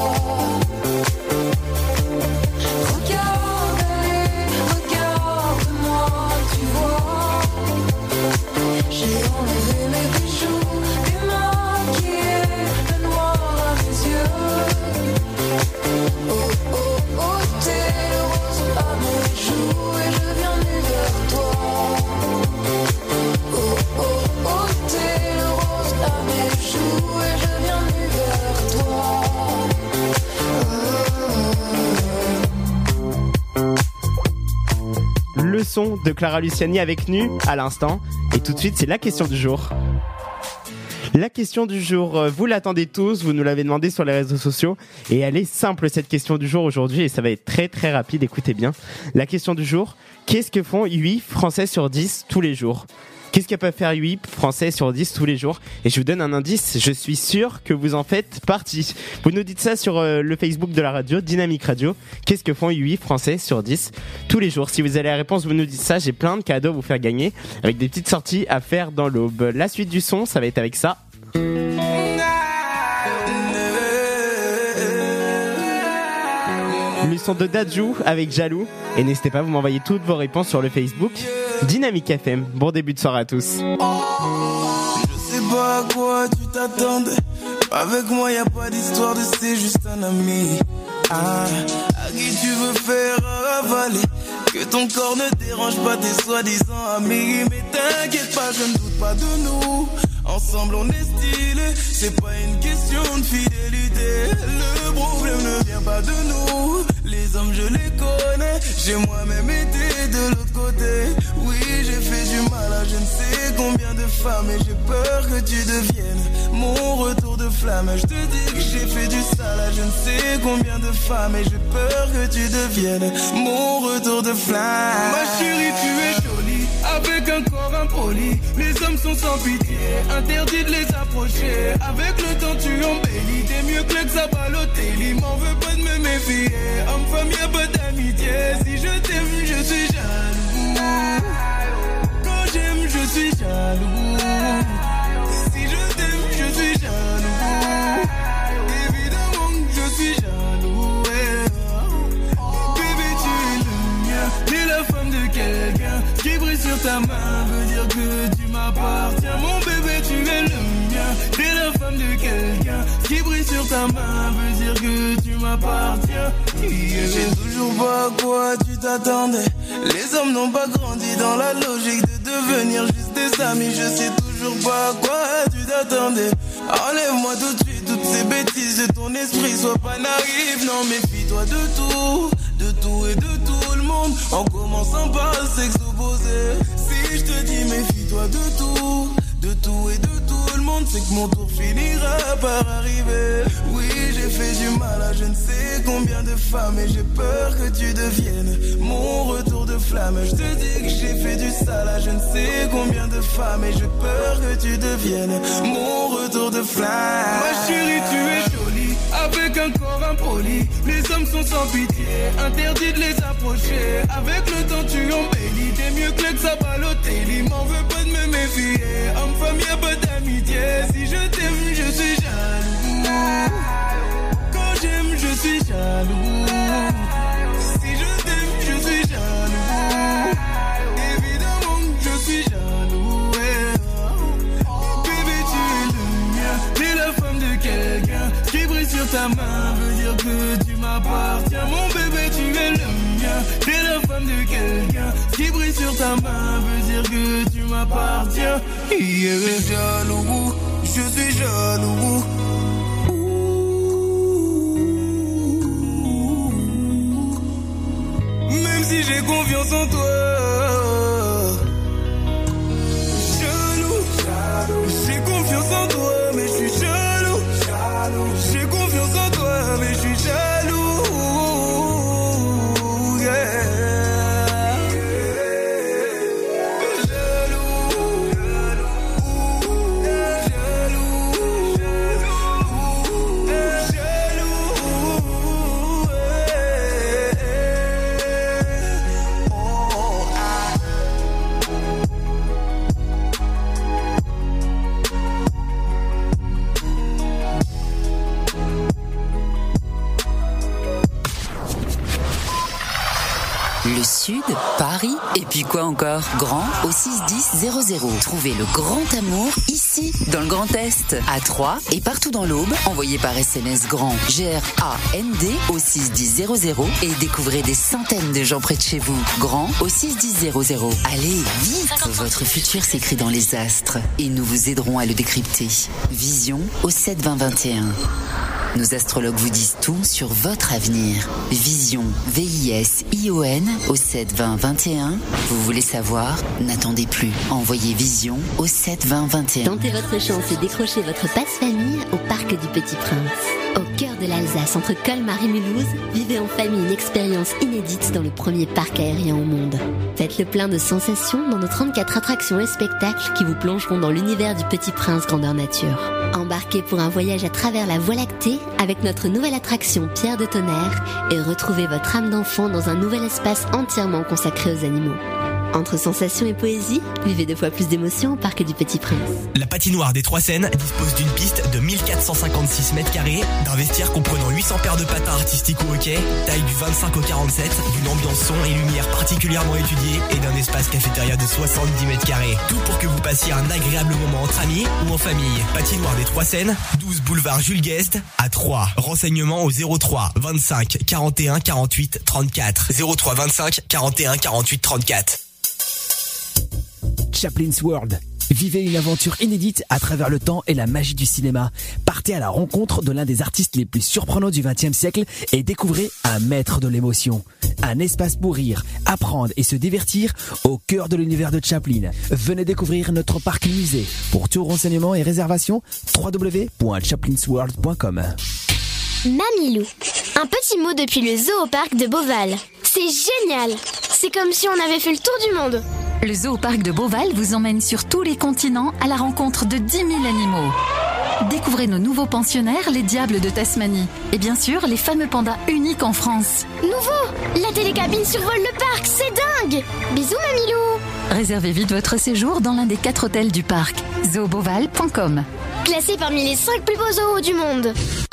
Regarde-moi, tu vois. J'ai enlevé mes bijoux, démaquillé le noir à mes yeux. Oh oh, ôté le rose à mes joues, et je viens nu vers toi. Oh oh, ôté le rose à mes joues, et je viens nu vers toi. Le son de Clara Luciani avec Nu à l'instant. Et tout de suite, c'est la question du jour. La question du jour, vous l'attendez tous, vous nous l'avez demandé sur les réseaux sociaux. Et elle est simple, cette question du jour aujourd'hui, et ça va être très très rapide, écoutez bien. La question du jour, qu'est-ce que font 8 Français sur 10 tous les jours ? Qu'est-ce que peuvent faire 8 Français sur 10 tous les jours? Et je vous donne un indice, je suis sûr que vous en faites partie. Vous nous dites ça sur le Facebook de la radio, Dynamique Radio. Qu'est-ce que font 8 Français sur 10 tous les jours? Si vous avez la réponse, vous nous dites ça. J'ai plein de cadeaux à vous faire gagner avec des petites sorties à faire dans l'aube. La suite du son, ça va être avec ça. Le son de Dadju avec Jaloux. Et n'hésitez pas, vous m'envoyez toutes vos réponses sur le Facebook Dynamique FM. Bon début de soirée à tous. Je sais pas à quoi tu t'attendais. Avec moi y'a pas d'histoire de c'est juste un ami. À qui tu veux faire avaler. Que ton corps ne dérange pas tes soi-disant amis. Mais t'inquiète pas, je ne doute pas de nous. Ensemble on est stylé, c'est pas une question de fidélité. Le problème ne vient pas de nous, les hommes je les connais. J'ai moi-même été de l'autre côté. Oui, j'ai fait du mal à je ne sais combien de femmes, et j'ai peur que tu deviennes mon retour de flamme. Je te dis que j'ai fait du sale à je ne sais combien de femmes, et j'ai peur que tu deviennes mon retour de flamme. Ma chérie, tu es jolie, avec un corps impoli. Les hommes sont sans pitié, interdit de les approcher. Avec le temps tu embellis, t'es mieux que l'ex à Balotelli. M'en veux pas de me méfier, homme-femme y'a pas d'amitié. Si je t'aime, je suis jaloux. Quand j'aime, je suis jaloux. Si je t'aime, je suis jaloux. Évidemment que je suis jaloux. Bébé, tu es le mien, t'es la femme de quelqu'un. Qui brille sur ta main veut dire que tu m'appartiens. Mon bébé, tu es le mien, t'es la femme de quelqu'un. Qui brille sur ta main veut dire que tu m'appartiens. Je sais toujours pas à quoi tu t'attendais. Les hommes n'ont pas grandi dans la logique de devenir juste des amis. Je sais toujours pas à quoi tu t'attendais. Enlève-moi tout de suite toutes ces bêtises de ton esprit. Sois pas naïf, non, méfie-toi de tout et de tout le monde. En commençant par le sexe opposé. Si je te dis méfie-toi de tout et de tout le monde, c'est que mon tour finira par arriver. Oui, j'ai fait du mal à je ne sais combien de femmes, et j'ai peur que tu deviennes mon retour de flamme. Je te dis que j'ai fait du sale à je ne sais combien de femmes, et j'ai peur que tu deviennes mon retour de flamme. Ma chérie, tu es jolie, avec un corps impoli. Les hommes sont sans pitié, interdit de les approcher. Avec le temps tu embellis, t'es mieux que l'ex à Balotelli. M'en veux pas de me méfier, homme-femme y'a pas d'amitié. Si je t'aime, je suis jaloux. Quand j'aime, je suis jaloux. Si je t'aime, je suis jaloux. Évidemment que je suis jaloux. Bébé, tu es le mien, t'es la femme de quelqu'un. Qui brille sur ta main veut dire que tu m'appartiens. Mon bébé, tu es le mien, t'es la femme de quelqu'un. Qui brille sur ta main veut dire que tu m'appartiens. Jaloux, je suis jaloux. Même si j'ai confiance en toi. Jaloux, j'ai confiance en toi, mais je suis jaloux. J'ai confiance en toi, mais je suis jaloux. Yeah. Le Sud, Paris, et puis quoi encore? Grand au 61000. Trouvez le grand amour ici, dans le Grand Est, à Troyes et partout dans l'Aube. Envoyez par SMS GRAND, G-R-A-N-D au 61000 et découvrez des centaines de gens près de chez vous. Grand au 61000. Allez, vite! Votre futur s'écrit dans les astres et nous vous aiderons à le décrypter. Vision au 72021. Nos astrologues vous disent tout sur votre avenir. Vision, V-I-S-I-O-N au 72021. Vous voulez savoir? N'attendez plus. Envoyez Vision au 72021. Tentez votre chance et décrochez votre passe-famille au Parc du Petit Prince. Au cœur de l'Alsace, entre Colmar et Mulhouse, vivez en famille une expérience inédite dans le premier parc aérien au monde. Faites le plein de sensations dans nos 34 attractions et spectacles qui vous plongeront dans l'univers du Petit Prince grandeur nature. Embarquez pour un voyage à travers la Voie lactée avec notre nouvelle attraction Pierre de Tonnerre et retrouvez votre âme d'enfant dans un nouvel espace entièrement consacré aux animaux. Entre sensations et poésie, vivez 2 fois plus d'émotions au Parc du Petit Prince. La patinoire des Trois Seines dispose d'une piste de 1456 mètres carrés, d'un vestiaire comprenant 800 paires de patins artistiques ou hockey, taille du 25 au 47, d'une ambiance son et lumière particulièrement étudiée et d'un espace cafétéria de 70 mètres carrés. Tout pour que vous passiez un agréable moment entre amis ou en famille. Patinoire des Trois Seines, 12 boulevard Jules Guest à Troyes. Renseignements au 03 25 41 48 34. 03 25 41 48 34. Chaplin's World, Vivez une aventure inédite à travers le temps et la magie du cinéma. Partez à la rencontre de l'un des artistes les plus surprenants du XXe siècle et découvrez un maître de l'émotion. Un espace pour rire, apprendre et se divertir au cœur de l'univers de Chaplin. Venez découvrir notre parc musée. Pour tout renseignement et réservation, www.chaplinsworld.com. Mamilou, un petit mot depuis le Zoo-Parc de Beauval. C'est génial! C'est comme si on avait fait le tour du monde. Le Zoo-Parc de Beauval vous emmène sur tous les continents à la rencontre de 10 000 animaux. Découvrez nos nouveaux pensionnaires, les diables de Tasmanie. Et bien sûr, les fameux pandas uniques en France. Nouveau! La télécabine survole le parc, c'est dingue! Bisous Mamilou! Réservez vite votre séjour dans l'un des 4 hôtels du parc. zooboval.com. Classé parmi les 5 plus beaux zoos du monde.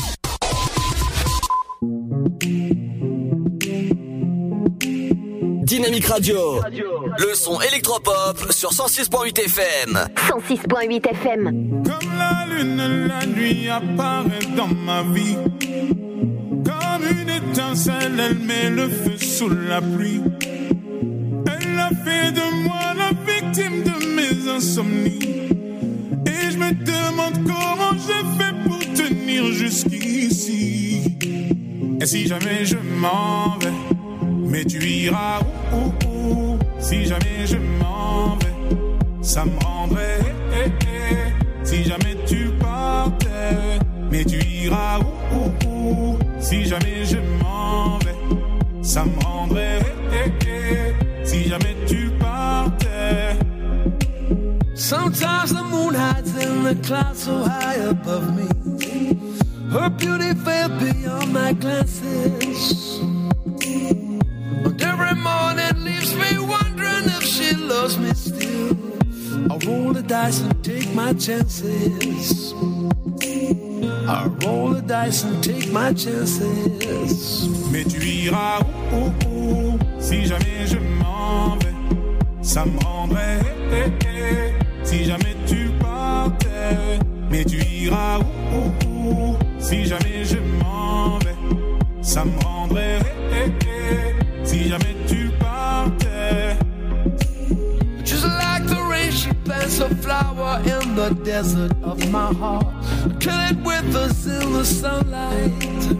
Dynamique Radio, le son électropop sur 106.8 FM. 106.8 FM. Comme la lune, la nuit apparaît dans ma vie. Comme une étincelle, elle met le feu sous la pluie. Elle a fait de moi la victime de mes insomnies. Et je me demande comment j'ai fait pour tenir jusqu'ici. Et si jamais je m'en vais, mais tu iras où. Si jamais je m'en vais, ça me rendrait. Si jamais tu partais, mais tu iras où. Si jamais je m'en vais, ça me rendrait. Si jamais tu partais. Sometimes the moon hides in the clouds so high above me. Her beauty fell beyond my glances. And every morning leaves me wondering if she loves me still. I roll the dice and take my chances. I roll the dice and take my chances. Mais tu iras où. Si jamais je m'en vais, ça me rendrait. Si jamais tu partais, mais tu iras où. Si jamais je m'en vais, ça me rendrait. Si jamais tu partais. Just like the rain, she plants a flower in the desert of my heart. Kill it with us in the sunlight.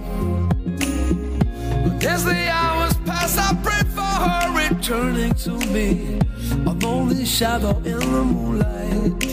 As the hours pass, I pray for her returning to me. A lonely shadow in the moonlight.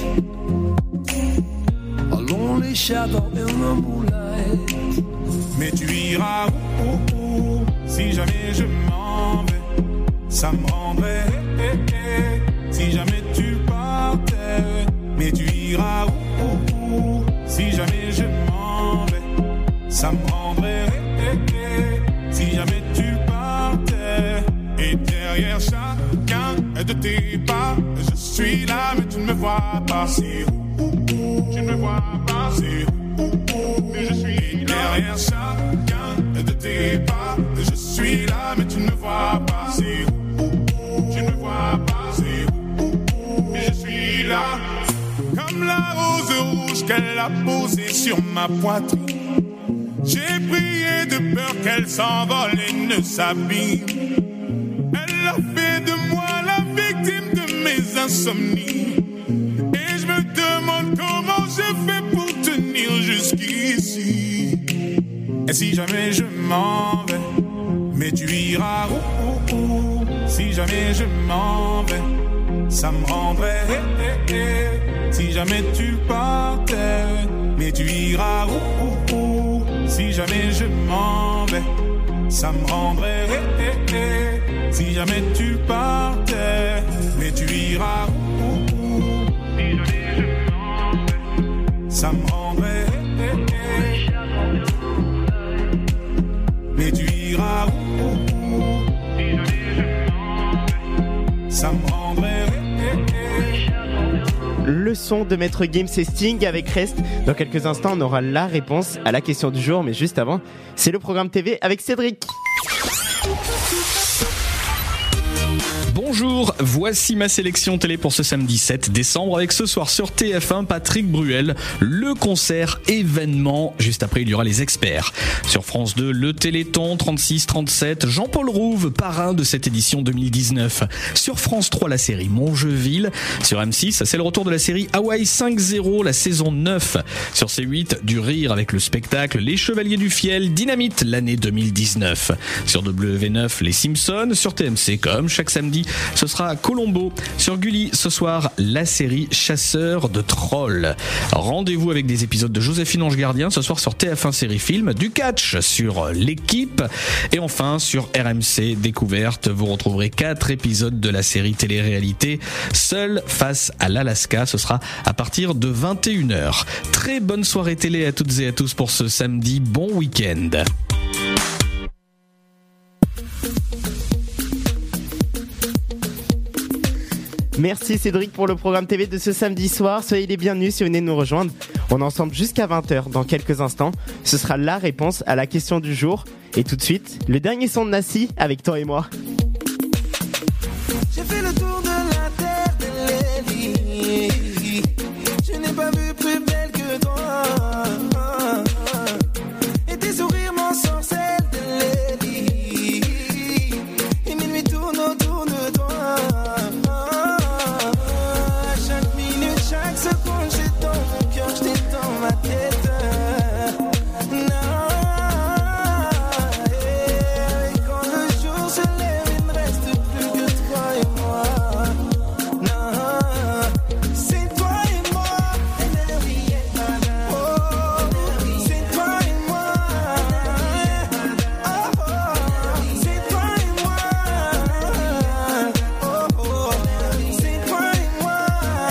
A lonely shadow in the moonlight. Mais tu iras où. Si jamais je m'en vais, ça me rendrait. Si jamais tu partais, mais tu iras où. Si jamais je m'en vais, ça me rendrait. Si jamais tu partais. Et derrière chacun de tes pas, je suis là mais tu ne me vois pas. C'est tu ne me vois pas. C'est mais je suis là. Derrière chacun de tes pas, je suis là mais tu ne me vois pas. C'est tu ne me vois pas. C'est mais je suis là. Comme la rose rouge qu'elle a posée sur ma poitrine. J'ai prié de peur qu'elle s'envole et ne s'abîme. Elle a fait de moi la victime de mes insomnies. Et je me demande comment j'ai fait pour tenir jusqu'ici. Et si jamais je m'en vais, mais tu iras où. Si jamais je m'en vais, ça me rendrait. Si jamais tu partais, mais tu iras où. Si jamais je m'en vais, ça me rendrait. Si jamais tu partais, mais tu iras où. Si jamais je m'en vais, ça me rendrait. Mais tu iras où. Si jamais je m'en vais, ça me rendrait. Le son de Maître Games et Sting avec Rest. Dans quelques instants, on aura la réponse à la question du jour, mais juste avant, c'est le programme TV avec Cédric. Bonjour. Bonjour, voici ma sélection télé pour ce samedi 7 décembre avec ce soir sur TF1 Patrick Bruel, le concert événement. Juste après, il y aura les experts. Sur France 2, le Téléthon 36-37, Jean-Paul Rouve, parrain de cette édition 2019. Sur France 3, la série Mongeville. Sur M6, c'est le retour de la série Hawaii 5-0, la saison 9. Sur C8, du rire avec le spectacle Les Chevaliers du Fiel, Dynamite, l'année 2019. Sur W9, Les Simpsons. Sur TMC, comme chaque samedi, ce sera Colombo. Sur Gulli, ce soir, la série Chasseurs de trolls. Rendez-vous avec des épisodes de Joséphine Ange Gardien ce soir sur TF1 Série Film, du catch sur L'équipe. Et enfin, sur RMC Découverte, vous retrouverez 4 épisodes de la série télé-réalité Seul face à l'Alaska. Ce sera à partir de 21h. Très bonne soirée télé à toutes et à tous pour ce samedi. Bon week-end. Merci Cédric pour le programme TV de ce samedi soir. Soyez les bienvenus si vous venez de nous rejoindre. On est ensemble jusqu'à 20h dans quelques instants. Ce sera la réponse à la question du jour. Et tout de suite, le dernier son de Nassi avec Toi et moi. J'ai fait le tour de la terre de Lélie. Je n'ai pas vu plus belle que toi. Et tes sourires m'ensorcellent de Lélie. Et mes nuits tournent autour de toi. Chaque minute, chaque seconde, j'ai dans mon cœur, je t'ai dans ma tête. Et quand le jour se lève, il ne reste plus que toi et moi. C'est toi et moi. Oh, c'est toi et moi. C'est toi et moi. Oh, c'est toi et moi.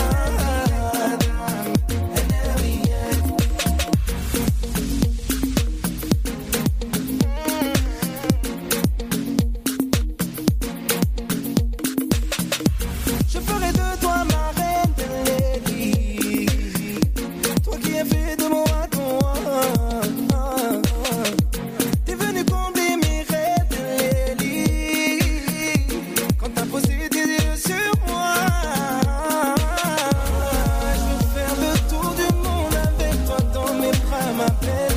Je ferai de toi ma reine de Lélie. Toi qui as fait de moi ton roi. T'es venu combler mes rêves de Lélie. Quand t'as posé tes yeux sur moi. Je veux faire le tour du monde avec toi dans mes bras, ma belle.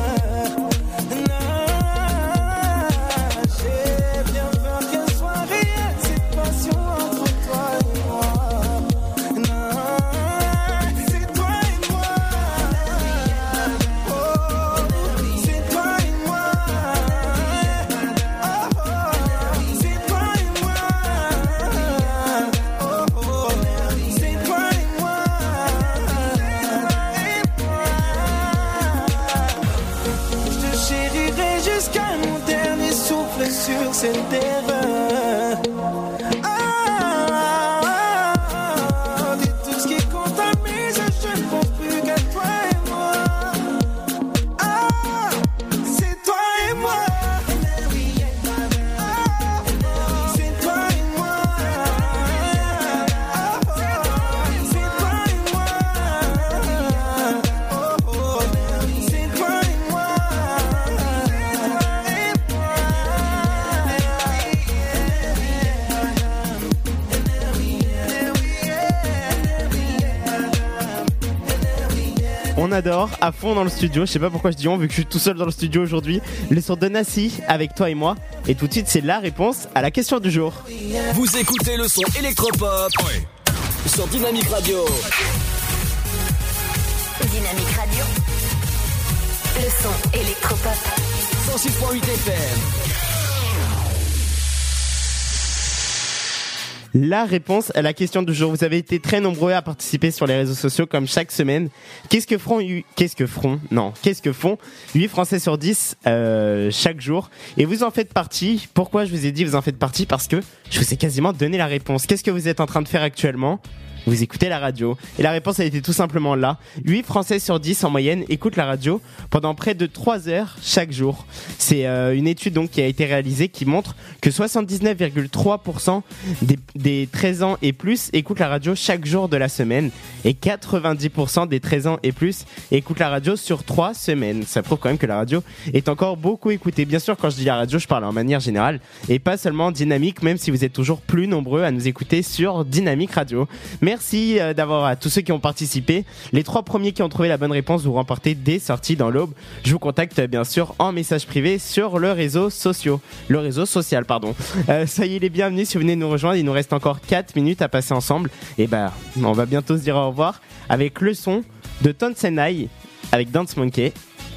J'ai bien peur qu'elle soit réelle, cette passion entre toi et moi. C'est toi et moi. Oh, c'est toi et moi. Oh, c'est toi et moi. Oh, c'est toi et moi. Je te chérirai jusqu'à mon dernier souffle sur cette terre. Dis tout ce qui compte à mes yeux, je ne pense plus qu'à toi et moi. C'est toi et moi. C'est toi et moi. C'est toi et moi. Oh, c'est toi et moi. On adore à fond dans le studio. Je sais pas pourquoi je dis on vu que je suis tout seul dans le studio aujourd'hui. Le son de Nassi avec Toi et moi. Et tout de suite, c'est la réponse à la question du jour. Vous écoutez le son électropop sur Dynamique Radio. Dynamique Radio. Le son électropop. 106.8 FM. La réponse à la question du jour. Vous avez été très nombreux à participer sur les réseaux sociaux comme chaque semaine. Qu'est-ce que font 8 Français sur 10 chaque jour? Et vous en faites partie. Pourquoi je vous ai dit vous en faites partie? Parce que je vous ai quasiment donné la réponse. Qu'est-ce que vous êtes en train de faire actuellement? vous écoutez la radio? Et la réponse a été tout simplement là. 8 Français sur 10 en moyenne écoutent la radio pendant près de 3 heures chaque jour. C'est une étude donc qui a été réalisée qui montre que 79,3% des 13 ans et plus écoutent la radio chaque jour de la semaine et 90% des 13 ans et plus écoutent la radio sur 3 semaines. Ça prouve quand même que la radio est encore beaucoup écoutée. Bien sûr, quand je dis la radio, je parle en manière générale et pas seulement Dynamique, même si vous êtes toujours plus nombreux à nous écouter sur Dynamique Radio. Merci d'avoir à tous ceux qui ont participé. Les 3 premiers qui ont trouvé la bonne réponse, vous remportez des sorties dans l'Aube. Je vous contacte bien sûr en message privé sur le réseau social. Soyez les bienvenus si vous venez nous rejoindre. Il nous reste encore 4 minutes à passer ensemble. Et on va bientôt se dire au revoir avec le son de Tonsenai avec Dance Monkey.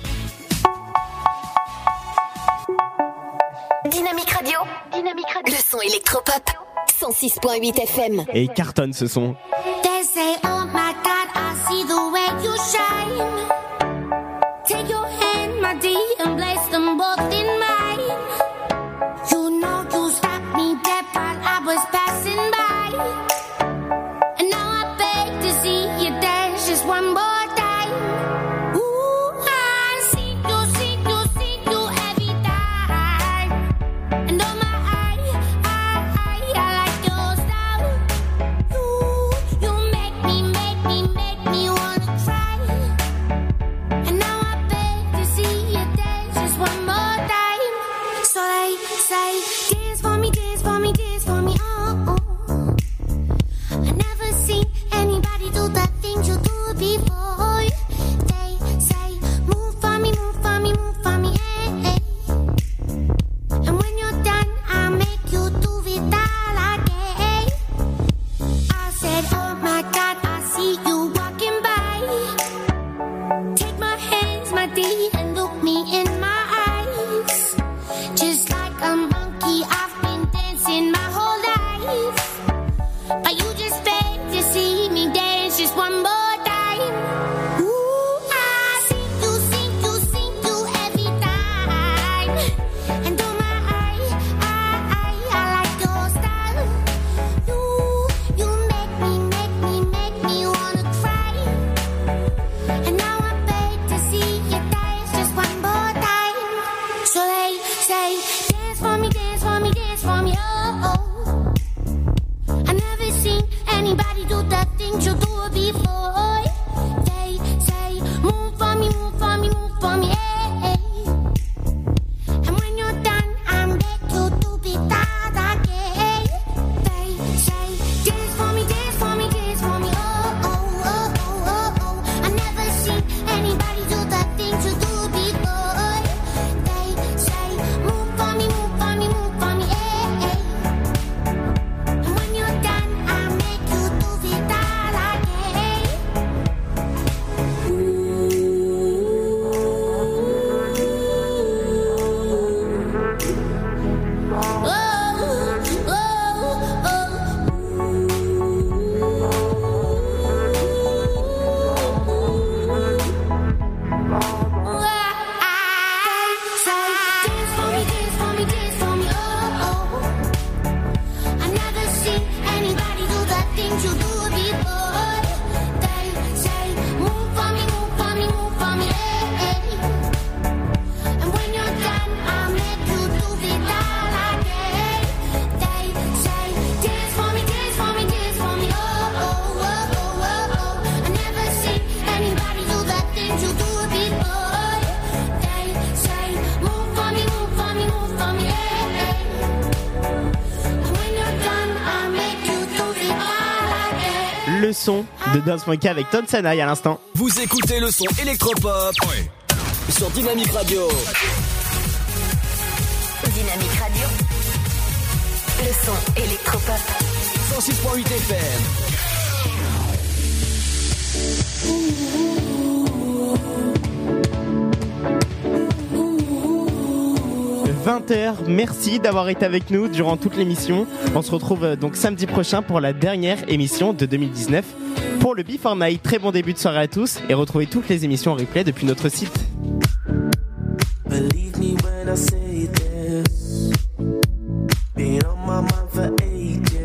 Dynamique Radio. Le son électropop. 106.8 FM. Et cartonne ce son. They say, oh my God, I see the way you shine. Take your hand, my dear, and place them both in mine. You know you stopped me dead while I was passing by. And now I beg to see you dance just one more time. Ooh, I see you every time. And oh my, I like your style. You make me wanna try. And now I beg to see you dance just one more time. So they say, dance for me, dance for me, dance for me, oh, oh. I never seen anybody do the things you do before. They say, move for me, move for me, move for me, hey, hey. And when you're done, I'll make you do it all again. I said, oh my God, I see you walking by. Take my hands, my dear, and look me in my eyes. Just like a monkey, I've been dancing my whole life. But you just beg to see me dance just one more time. Ooh, I see you every time. And oh my, I like your style. You make me wanna cry. And now I beg to see you dance just one more time. So they say, dance for me, dance for me, dance for me, oh, oh. I never seen anybody do the things you do before. They say, move for me, move for me, move for me, hey, hey. And when you're done, I make you do it all again. They say, dance for me, dance for me, dance for me, oh, oh, oh, oh, oh, oh. I never seen anybody do the things you do before. They say, move for me, move for me, move for me, hey, hey. And when you're done, I make you do it all again. Le son de Dance Monkey avec Tonsenai à l'instant. Vous écoutez le son électropop sur Dynamique Radio. Dynamique Radio. Le son électropop. 106.8 FM. 20h, merci d'avoir été avec nous durant toute l'émission. On se retrouve donc samedi prochain pour la dernière émission de 2019 pour le Before Night. Très bon début de soirée à tous et retrouvez toutes les émissions en replay depuis notre site. Believe me when I say this. Been on my mind for ages.